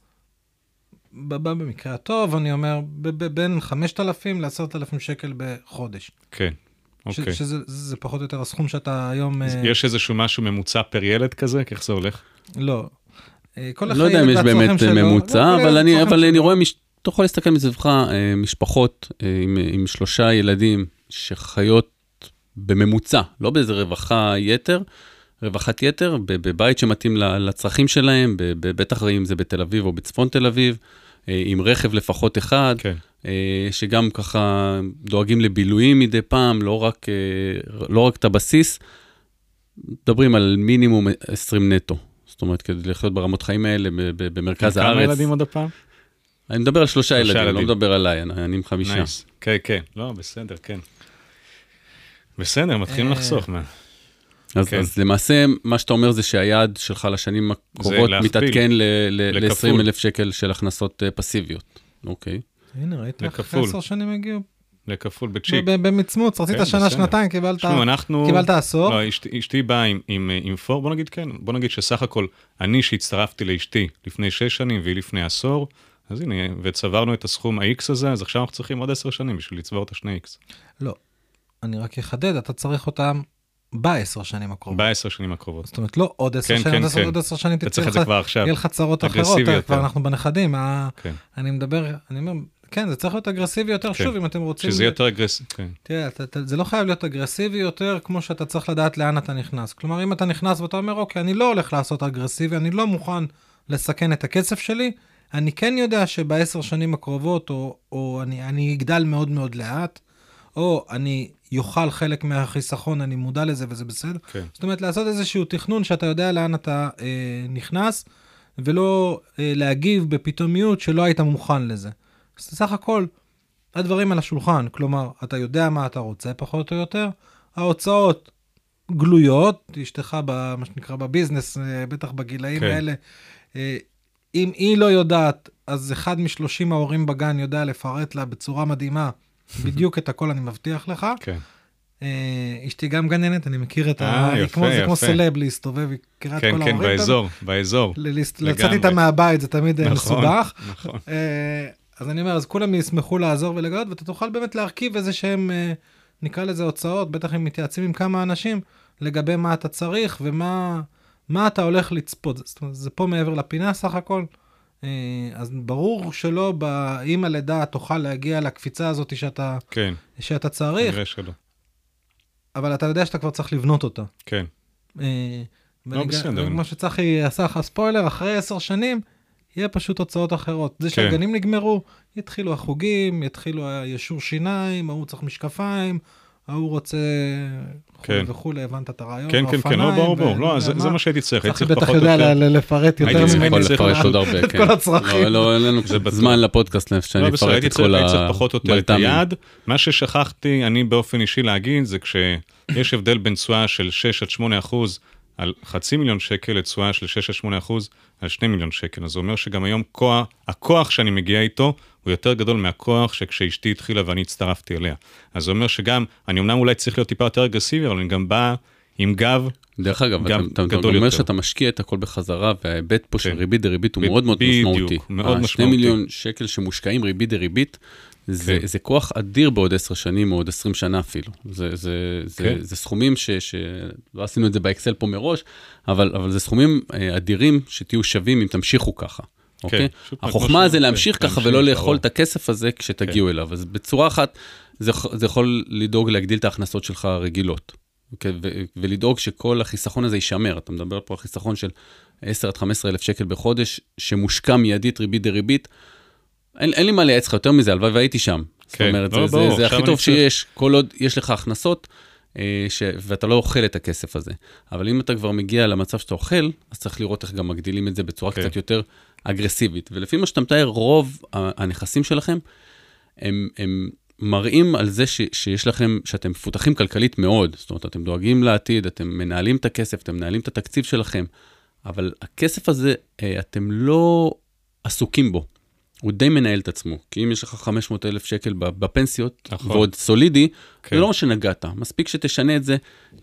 ב- ב- במקרה הטוב, אני אומר, ב- ב- בין חמשת אלפים לעשרת אלפים שקל בחודש. כן, ש- אוקיי. שזה זה פחות או יותר הסכום שאתה היום... אז אה, יש איזשהו משהו ממוצע פר ילד כזה? איך זה הולך? לא. אה, כל לא יודע אם אחד יש והצרכים באמת שלו. ממוצע, לא, כל אבל אני, הצרכים אבל אני שלו. רואה, מש- אתה יכול להסתכל מסביבך, אה, משפחות אה, עם, עם שלושה ילדים שחיות בממוצע, לא באיזה רווחה יתר, רווחת יתר, בבית שמתאים לצרכים שלהם, בטח אם זה בתל אביב או בצפון תל אביב, עם רכב לפחות אחד, כן. שגם ככה דואגים לבילויים מדי פעם, לא רק, לא רק את הבסיס, מדברים על מינימום עשרים נטו. זאת אומרת, כדי לחיות ברמות חיים האלה במרכז הארץ. כמה ילדים עוד הפעם? אני מדבר על שלושה ילדים, לא מדבר עליי, אני עם חמישה. כן, כן, לא, בסדר, כן. בסדר, מתחילים לחסוך, מה? אז, כן. אז למעשה, מה שאתה אומר זה שהיעד שלך לשנים הקרובות מתעדכן ל-עשרים אלף שקל של הכנסות פסיביות. אוקיי. הנה, ראית איך עשר שנים הגיעו? לכפול בצ'יק. במצמוץ, רצית שנה, שנתיים, קיבלת עשור. לא, אשתי באה עם פור, בוא נגיד כן, בוא נגיד שסך הכל, אני שהצטרפתי לאשתי לפני שש שנים והיא לפני עשור, אז הנה, וצברנו את הסכום ה-X הזה, אז עכשיו אנחנו צריכים עוד עשר שנים בשביל לצבור את השני X. לא, אני רק אחדד, אתה צריך אותם בעשר שנים הקרובות. בעשר שנים הקרובות. זאת אומרת, לא עוד עשר שנים, עוד עשר שנים תצטרך לך צרות אחרות, כבר אנחנו בנכדים, אני מדבר, אני אומר, כן, זה צריך להיות אגרסיבי יותר, שוב, אם אתם רוצים... שזה יותר אגרסיבי, כן. תראה, זה לא חייב להיות אגרסיבי יותר, כמו שאתה צריך לדעת לאן אתה נכנס. כלומר, אם אתה נכנס ואתה אומר, אוקיי, אני לא הולך לעשות אגרסיבי, אני לא מוכן לסכן את הכסף שלי, אני כן יודע שבעשר שנים הקרובות, או, או אני, אני אגדל מאוד מאוד לאט, או אני יוכל חלק מהחיסכון, אני מודע לזה וזה בסדר. כן. זאת אומרת, לעשות איזשהו תכנון שאתה יודע לאן אתה אה, נכנס, ולא אה, להגיב בפתאומיות שלא היית מוכן לזה. אז סך הכל, הדברים על השולחן, כלומר, אתה יודע מה אתה רוצה פחות או יותר, ההוצאות גלויות, אשתך במה שנקרא בביזנס, בטח בגילאים כן. האלה, אם היא לא יודעת, אז אחד משלושים ההורים בגן יודע לפרט לה בצורה מדהימה, בדיוק את הכל אני מבטיח לך. כן. אשתי גם גננת, אני מכיר את ה... זה כמו סלב להסתובב, היא מכירה את כל ההורים. כן, כן, באזור, באזור. לצאת איתה מהבית, זה תמיד מסובך. נכון, נכון. אז אני אומר, אז כולם ישמחו לעזור ולגלות, ואתה תוכל באמת להרכיב איזה שהם, נקרא לזה הוצאות, בטח הם מתייעצים עם כמה אנשים, לגבי מה אתה צריך ומה מה אתה הולך לצפות. זאת אומרת, זה פה מעבר לפינה סך הכל. אז ברור שלא, עם הלידה תוכל להגיע לקפיצה הזאת שאתה, כן. שאתה צריך. נראה שלא. אבל אתה יודע שאתה כבר צריך לבנות אותה. כן. לא בסדר. כמו שצחי עשה לך ספוילר, אחרי עשר שנים, יהיה פשוט הוצאות אחרות. זה שהגנים נגמרו, יתחילו החוגים, יתחילו הישור שיניים, ההוא צריך משקפיים, ההוא רוצה וכו', הבנת את הרעיון, כן, כן, כן, לא, ברור, ברור, לא, זה מה שהייתי צריך, הייתי צריך פחות יותר. בטח יודע לפרט יותר ממני. הייתי צריך לפרט עוד הרבה, כן. כל הצרכים. לא, אין לנו זמן לפודקאסט, שאני אפרט את כל ה... הייתי צריך פחות או יותר את היעד. מה ששכחתי, אני באופן אישי להגיד, זה כשיש הבדל בין תשואה של שש עד שמונה אחוז, על חצי מיליון שקל לתשואה של שש עד שמונה אחוז על שני מיליון שקל. אז זה אומר שגם היום כוח, הכוח שאני מגיע איתו הוא יותר גדול מהכוח שכשאשתי התחילה ואני הצטרפתי אליה. אז זה אומר שגם, אני אמנם אולי צריך להיות טיפה יותר אגרסיבי, אבל אני גם בא עם גב דרך אגב, אתה, אתה אומר שאתה משקיע את הכל בחזרה, וההיבט פה של ריבית דריבית הוא מאוד מאוד משמעותי. שני מיליון שקל שמושקעים ריבית דריבית, זה, זה כוח אדיר בעוד עשר שנים או עוד עשרים שנה אפילו. זה, זה, זה, כן. זה סכומים ש, שלא עשינו את זה באקסל פה מראש, אבל, אבל זה סכומים אדירים שתהיו שווים אם תמשיכו ככה. אוקיי? החוכמה זה להמשיך ככה ולא לאכול את הכסף הזה כשתגיעו אליו. אז בצורה אחת זה, זה יכול לדאוג להגדיל את ההכנסות שלך רגילות. אוקיי? ו, ולדאוג שכל החיסכון הזה יישמר. אתה מדבר פה על חיסכון של עשרה עד חמישה עשר אלף שקל בחודש, שמושקע מיידית ריבית דריבית. אין, אין לי מה לייעץ לך יותר מזה, הלוואי והייתי שם. זאת אומרת, זה, זה, זה הכי טוב שיש, כל עוד יש לך הכנסות, אה, ש, ואתה לא אוכל את הכסף הזה. אבל אם אתה כבר מגיע למצב שאתה אוכל, אז צריך לראות איך גם מגדילים את זה בצורה קצת יותר אגרסיבית. ולפי מה שאתה מתאר, רוב הנכסים שלכם, הם, הם מראים על זה ש, שיש לכם, שאתם מפותחים כלכלית מאוד. זאת אומרת, אתם דואגים לעתיד, אתם מנהלים את הכסף, אתם מנהלים את התקציב שלכם, אבל הכסף הזה, אה, אתם לא עסוקים בו. הוא די מנהל את עצמו, כי אם יש לך חמש מאות אלף שקל בפנסיות, נכון. ועוד סולידי, כן. זה לא מה שנגעת. מספיק שתשנה את זה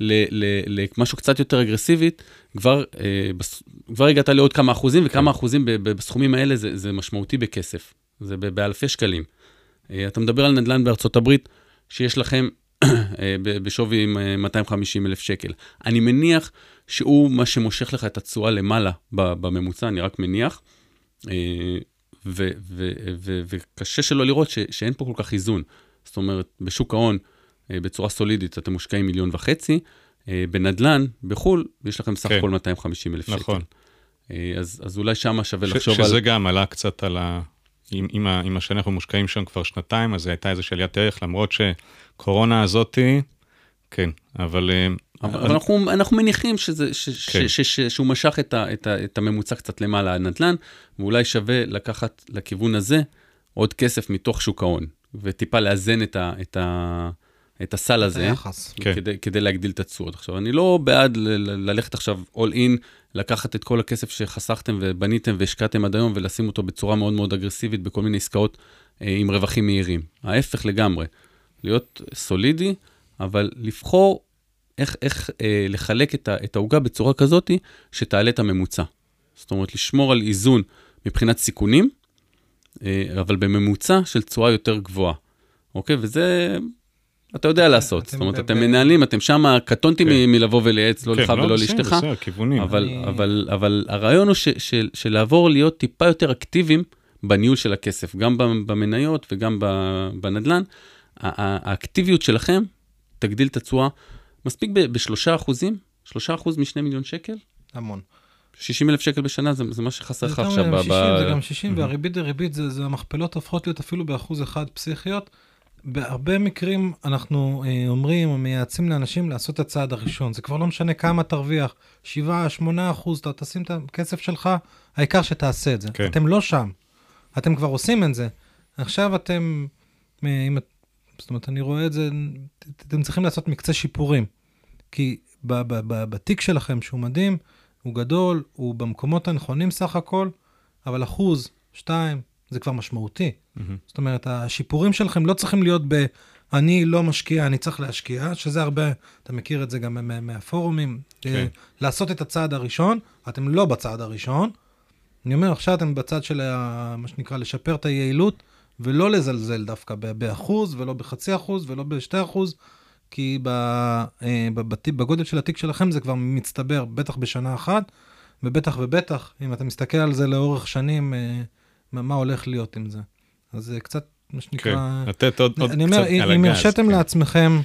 למשהו קצת יותר אגרסיבית, כבר, אה, בס... כבר הגעת לעוד כמה אחוזים, וכמה כן. אחוזים ב- ב- בסכומים האלה זה, זה משמעותי בכסף. זה ב- באלפי שקלים. אה, אתה מדבר על נדל"ן בארצות הברית, שיש לכם אה, בשווי עם מאתיים וחמישים אלף שקל. אני מניח שהוא מה שמושך לך את התשואה למעלה בממוצע, אני רק מניח. אה, ו- ו- ו- וקשה שלא לראות ש- שאין פה כל כך איזון. זאת אומרת, בשוק ההון, בצורה סולידית, אתם מושקעים מיליון וחצי, בנדלן, בחול, יש לכם סך הכל מאתיים וחמישים אלף שקל. נכון. אז, אז אולי שמה שווה לחשוב שזה על... שזה גם עלה קצת על ה... עם, עם השנה אנחנו מושקעים שם כבר שנתיים, אז הייתה איזושהי עליית ערך, למרות שקורונה הזאת, כן, אבל... אבל אז... אנחנו, אנחנו מניחים שזה, ש, כן. ש, ש, ש, שהוא משך את, ה, את, ה, את הממוצע קצת למעלה הנדלן, ואולי שווה לקחת לכיוון הזה עוד כסף מתוך שוק ההון, וטיפה לאזן את, ה, את, ה, את הסל הזה, כן. כדי, כדי להגדיל את התשואות. עכשיו, אני לא בעד ל, ל, ללכת עכשיו all in, לקחת את כל הכסף שחסכתם ובניתם והשקעתם עד היום, ולשים אותו בצורה מאוד מאוד אגרסיבית, בכל מיני עסקאות אה, עם רווחים מהירים. ההפך לגמרי. להיות סולידי, אבל לבחור איך, איך אה, לחלק את, ה, את העוגה בצורה כזאת, שתעלה את הממוצע. זאת אומרת, לשמור על איזון מבחינת סיכונים, אה, אבל בממוצע של צורה יותר גבוהה. אוקיי? וזה... אתה יודע לעשות, זאת אומרת, אתם מנהלים, אתם שם, קטונתי מלבוא ולייעץ, לא לך ולא לאשתך, אבל הרעיון הוא של לעבור להיות טיפה יותר אקטיביים בניהול של הכסף, גם במניות וגם בנדלן, האקטיביות שלכם תגדיל את התשואה, מספיק בשלושה אחוזים, שלושה אחוז משני מיליון שקל? המון. שישים אלף שקל בשנה, זה מה שחסר לך עכשיו. זה גם שישים, והריבית דריבית, זה המכפלות הופכות להיות אפילו באחוז אחד פסיכיות, בהרבה מקרים אנחנו אה, אומרים או מייעצים לאנשים לעשות את הצעד הראשון. זה כבר לא משנה כמה תרוויח, שבעה, שמונה אחוז, אתה תשים את הכסף שלך, העיקר שתעשה את זה. Okay. אתם לא שם. אתם כבר עושים את זה. עכשיו אתם, אם, זאת אומרת, אני רואה את זה, אתם צריכים לעשות מקצה שיפורים. כי ב, ב, ב, בתיק שלכם שהוא מדהים, הוא גדול, הוא במקומות הנכונים סך הכל, אבל אחוז, שתיים, זה כבר משמעותי. Mm-hmm. זאת אומרת, השיפורים שלכם לא צריכים להיות ב, אני לא משקיע, אני צריך להשקיע, שזה הרבה, אתה מכיר את זה גם מה, מהפורומים, okay. לעשות את הצעד הראשון, אתם לא בצעד הראשון, אני אומר, עכשיו אתם בצד של מה שנקרא, לשפר את היעילות, ולא לזלזל דווקא באחוז, ולא בחצי אחוז, ולא בשתי אחוז, כי בגודל של התיק שלכם זה כבר מצטבר, בטח בשנה אחת, ובטח ובטח, אם אתה מסתכל על זה לאורך שנים, מה הולך להיות עם זה. אז זה קצת, מה שנקרא... לתת עוד קצת על הגז. אני אומר, אם הרשתם לעצמכם,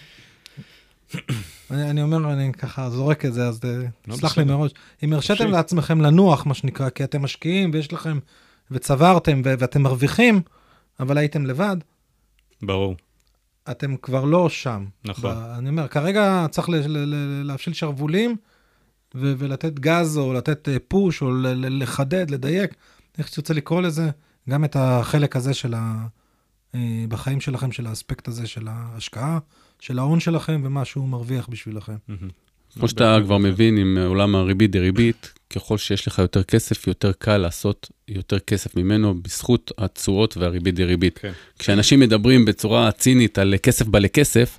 אני אומר, אני ככה זורק את זה, אז סלח לי מראש, אם הרשתם לעצמכם לנוח, מה שנקרא, כי אתם משקיעים ויש לכם, וצברתם ואתם מרוויחים, אבל הייתם לבד. ברור. אתם כבר לא שם. נכון. אני אומר, כרגע צריך להפשיל שרבולים, ולתת גז, או לתת פוש, או לחדד, לדייק, איך שתרצה לקרוא לזה, גם את החלק הזה של ה... בחיים שלכם, של האספקט הזה, של ההשקעה, של ההון שלכם, ומה שהוא מרוויח בשבילכם. כמו שאתה כבר מבין, עם עולם הריבית דריבית, ככל שיש לך יותר כסף, יותר קל לעשות יותר כסף ממנו, בזכות התשואות והריבית דריבית. כשאנשים מדברים בצורה צינית על כסף בא לכסף,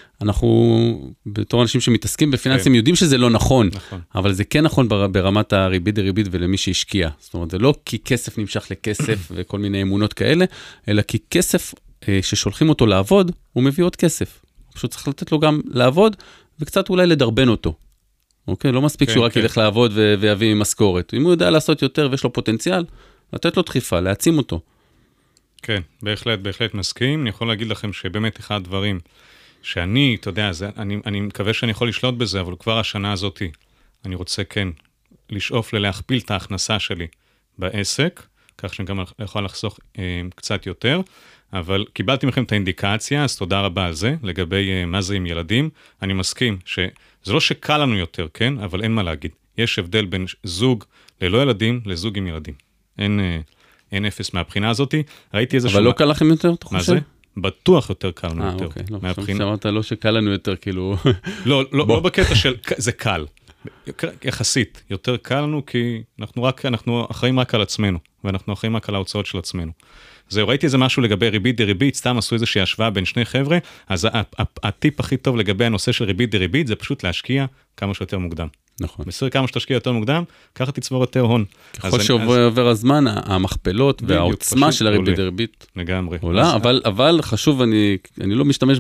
אנחנו, בתור אנשים שמתעסקים בפיננסים, יודעים שזה לא נכון, אבל זה כן נכון ברמת הריבית דריבית ולמי שהשקיע. זאת אומרת, זה לא כי כסף נמשך לכסף וכל מיני אמונות כאלה, אלא כי כסף ששולחים אותו לעבוד, הוא מביא עוד כסף. פשוט צריך לתת לו גם לעבוד, וקצת אולי לדרבן אותו. אוקיי? לא מספיק שהוא רק ילך לעבוד ויביא משכורת. אם הוא יודע לעשות יותר ויש לו פוטנציאל, לתת לו דחיפה, להעצים אותו. כן, בהחלט, בהחלט מסכים. אני יכול להגיד לכם שבאמת אחד הדברים שאני, אתה יודע, זה, אני, אני מקווה שאני יכול לשלוט בזה, אבל כבר השנה הזאת, אני רוצה כן לשאוף ללהכפיל את ההכנסה שלי בעסק, כך שאני גם יכול לחסוך אה, קצת יותר, אבל קיבלתי מכם את האינדיקציה, אז תודה רבה על זה, לגבי אה, מה זה עם ילדים. אני מסכים שזה לא שקל לנו יותר, כן? אבל אין מה להגיד. יש הבדל בין זוג ללא ילדים לזוג עם ילדים. אין, אה, אין אפס מהבחינה הזאת. ראיתי איזה אבל לא קל לכם יותר, אתה חושב? מה זה? בטוח יותר קל לנו יותר. אה, אוקיי. לא, עכשיו שאמרת לא שקל לנו יותר, כאילו... לא, לא בקטע של... זה קל. יחסית. יותר קל לנו כי אנחנו רק, אנחנו אחראים רק על עצמנו, ואנחנו אחראים רק על ההוצאות של עצמנו. זהו, ראיתי איזה משהו לגבי ריבית דריבית, סתם עשו איזושהי השוואה בין שני חבר'ה, אז הטיפ הכי טוב לגבי הנושא של ריבית דריבית, זה פשוט להשקיע כמה שיותר מוקדם. נכון. בסדר, כמה שתשקיע יותר מוקדם, ככה תצבור יותר הון. ככל שעובר הזמן, המכפלות והעוצמה של הריבית דריבית לגמרי. עולה, אבל חשוב, אני לא משתמש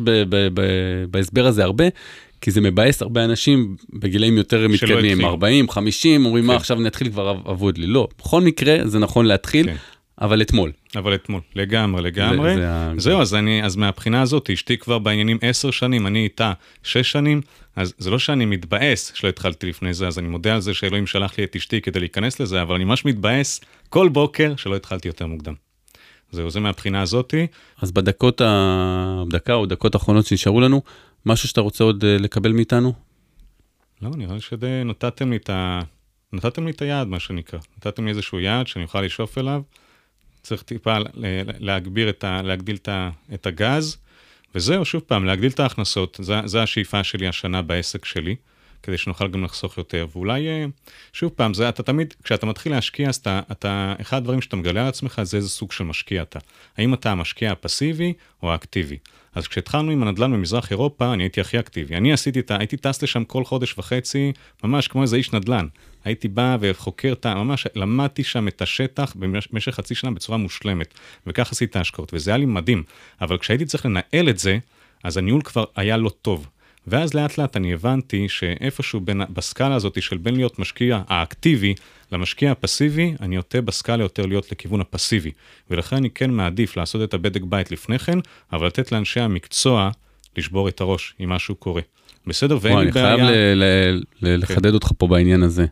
בהסבר הזה הרבה, כי זה מבאס הרבה אנשים בגילאים יותר מתקדמים, ארבעים, חמישים, אומרים מה עכשיו נתחיל כבר עבוד לי. לא, בכל מקרה זה נכון להתחיל, אבל אתמול. אבל אתמול, לגמרי, לגמרי. זה, זה זהו, אז, אני, אז מהבחינה הזאת, אשתי כבר בעניינים עשר שנים, אני איתה שש שנים, אז זה לא שאני מתבאס שלא התחלתי לפני זה, אז אני מודה על זה שאלוהים שלח לי את אשתי כדי להיכנס לזה, אבל אני ממש מתבאס כל בוקר שלא התחלתי יותר מוקדם. זהו, זה מהבחינה הזאת. אז בדקות, בדקה או דקות האחרונות שנשארו לנו, משהו שאתה רוצה עוד לקבל מאיתנו? לא, נראה לי שדי נתתם לי את ה... נתתם לי את היעד, מה שנקרא. נתתם לי איזשהו יעד שאני אוכל לשאוף אליו. צריך טיפה להגביר את ה... להגדיל את, ה... את הגז, וזהו, שוב פעם, להגדיל את ההכנסות. זה, זה השאיפה שלי השנה בעסק שלי, כדי שנוכל גם לחסוך יותר. ואולי, שוב פעם, זה, אתה תמיד, כשאתה מתחיל להשקיע, אז אתה, אתה, אחד הדברים שאתה מגלה על עצמך, זה איזה סוג של משקיע אתה. האם אתה המשקיע הפסיבי או האקטיבי? אז כשהתחלנו עם הנדל"ן במזרח אירופה, אני הייתי הכי אקטיבי. אני עשיתי את ה... הייתי טס לשם כל חודש וחצי, ממש כמו איזה איש נדל"ן. הייתי בא וחוקר את ה... ממש למדתי שם את השטח במשך חצי שנה בצורה מושלמת. וכך עשיתי את ההשקעות, וזה היה לי מדהים. אבל כשהייתי צריך לנהל את זה, אז הניהול כבר היה לא טוב. ואז לאט לאט אני הבנתי שאיפשהו בין, בסקאלה הזאת של בין להיות משקיע האקטיבי למשקיע הפסיבי, אני יותר בסקאלה יותר להיות לכיוון הפסיבי. ולכן אני כן מעדיף לעשות את הבדק בית לפני כן, אבל לתת לאנשי המקצוע לשבור את הראש אם משהו קורה. בסדר? ואין לי בעיה... אני חייב ל- ל- ל- לחדד אותך פה בעניין הזה.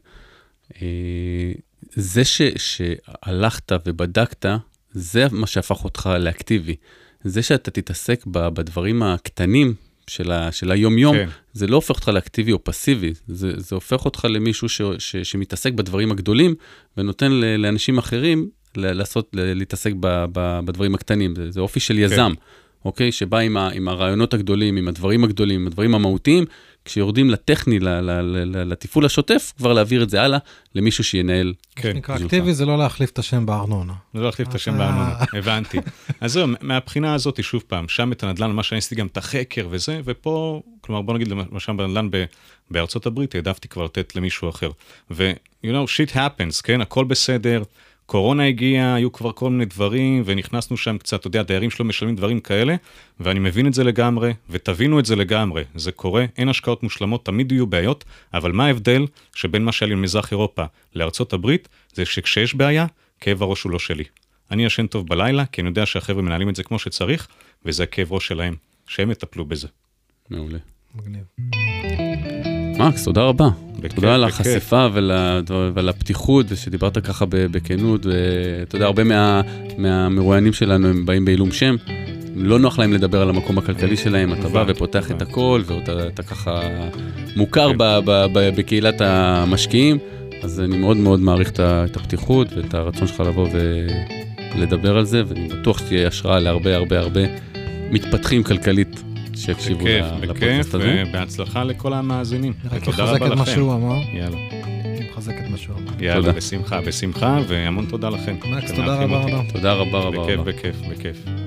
זה ש- שהלכת ובדקת, זה מה שהפך אותך לאקטיבי. זה שאתה תתעסק בדברים הקטנים, של, ה, של היום-יום, כן. זה לא הופך אותך לאקטיבי או פסיבי, זה, זה הופך אותך למישהו ש, ש, שמתעסק בדברים הגדולים, ונותן ל, לאנשים אחרים לעשות, להתעסק ב, ב, בדברים הקטנים. זה, זה אופי של יזם, כן. אוקיי? שבא עם, ה, עם הרעיונות הגדולים, עם הדברים הגדולים, עם הדברים המהותיים, כשיורדים לטכני, לטיפול השוטף, כבר להעביר את זה הלאה למישהו שינהל. כן. אקטיבי זה לא להחליף את השם בארנונה. זה לא להחליף את השם בארנונה, הבנתי. אז זהו, מהבחינה הזאת, שוב פעם, שם את הנדל"ן, מה שאני עשיתי גם את החקר וזה, ופה, כלומר, בוא נגיד, למשל בנדל"ן בארצות הברית, העדפתי כבר לתת למישהו אחר. ו, you know, shit happens, כן? הכל בסדר. קורונה הגיעה, היו כבר כל מיני דברים, ונכנסנו שם קצת, אתה יודע, דיירים שלא משלמים דברים כאלה, ואני מבין את זה לגמרי, ותבינו את זה לגמרי. זה קורה, אין השקעות מושלמות, תמיד יהיו בעיות, אבל מה ההבדל שבין מה שהיה לי במזרח אירופה לארצות הברית, זה שכשיש בעיה, כאב הראש הוא לא שלי. אני ישן טוב בלילה, כי אני יודע שהחבר'ה מנהלים את זה כמו שצריך, וזה כאב ראש שלהם, שהם יטפלו בזה. מעולה. מגניב. מקס, תודה רבה. בכיף, תודה על בכיף. החשיפה ועל הפתיחות, ושדיברת ככה בכנות, ואתה יודע, הרבה מה, מהמרואיינים שלנו הם באים בעילום שם, לא נוח להם לדבר על המקום הכלכלי שלהם, אתה בא ופותח את הכל, ואתה ככה מוכר ב, ב, ב, בקהילת המשקיעים, אז אני מאוד מאוד מעריך את הפתיחות, ואת הרצון שלך לבוא ולדבר על זה, ואני בטוח שתהיה השראה להרבה הרבה הרבה מתפתחים כלכלית, שיקשיבו לפודקאסט הזה. ובהצלחה לכל המאזינים. רק יחזק את מה שהוא אמר. יאללה. יחזק את מה שהוא אמר. יאללה, בשמחה, בשמחה, והמון תודה לכם. מקס, תודה רבה רבה. תודה רבה רבה. בכיף, בכיף, בכיף.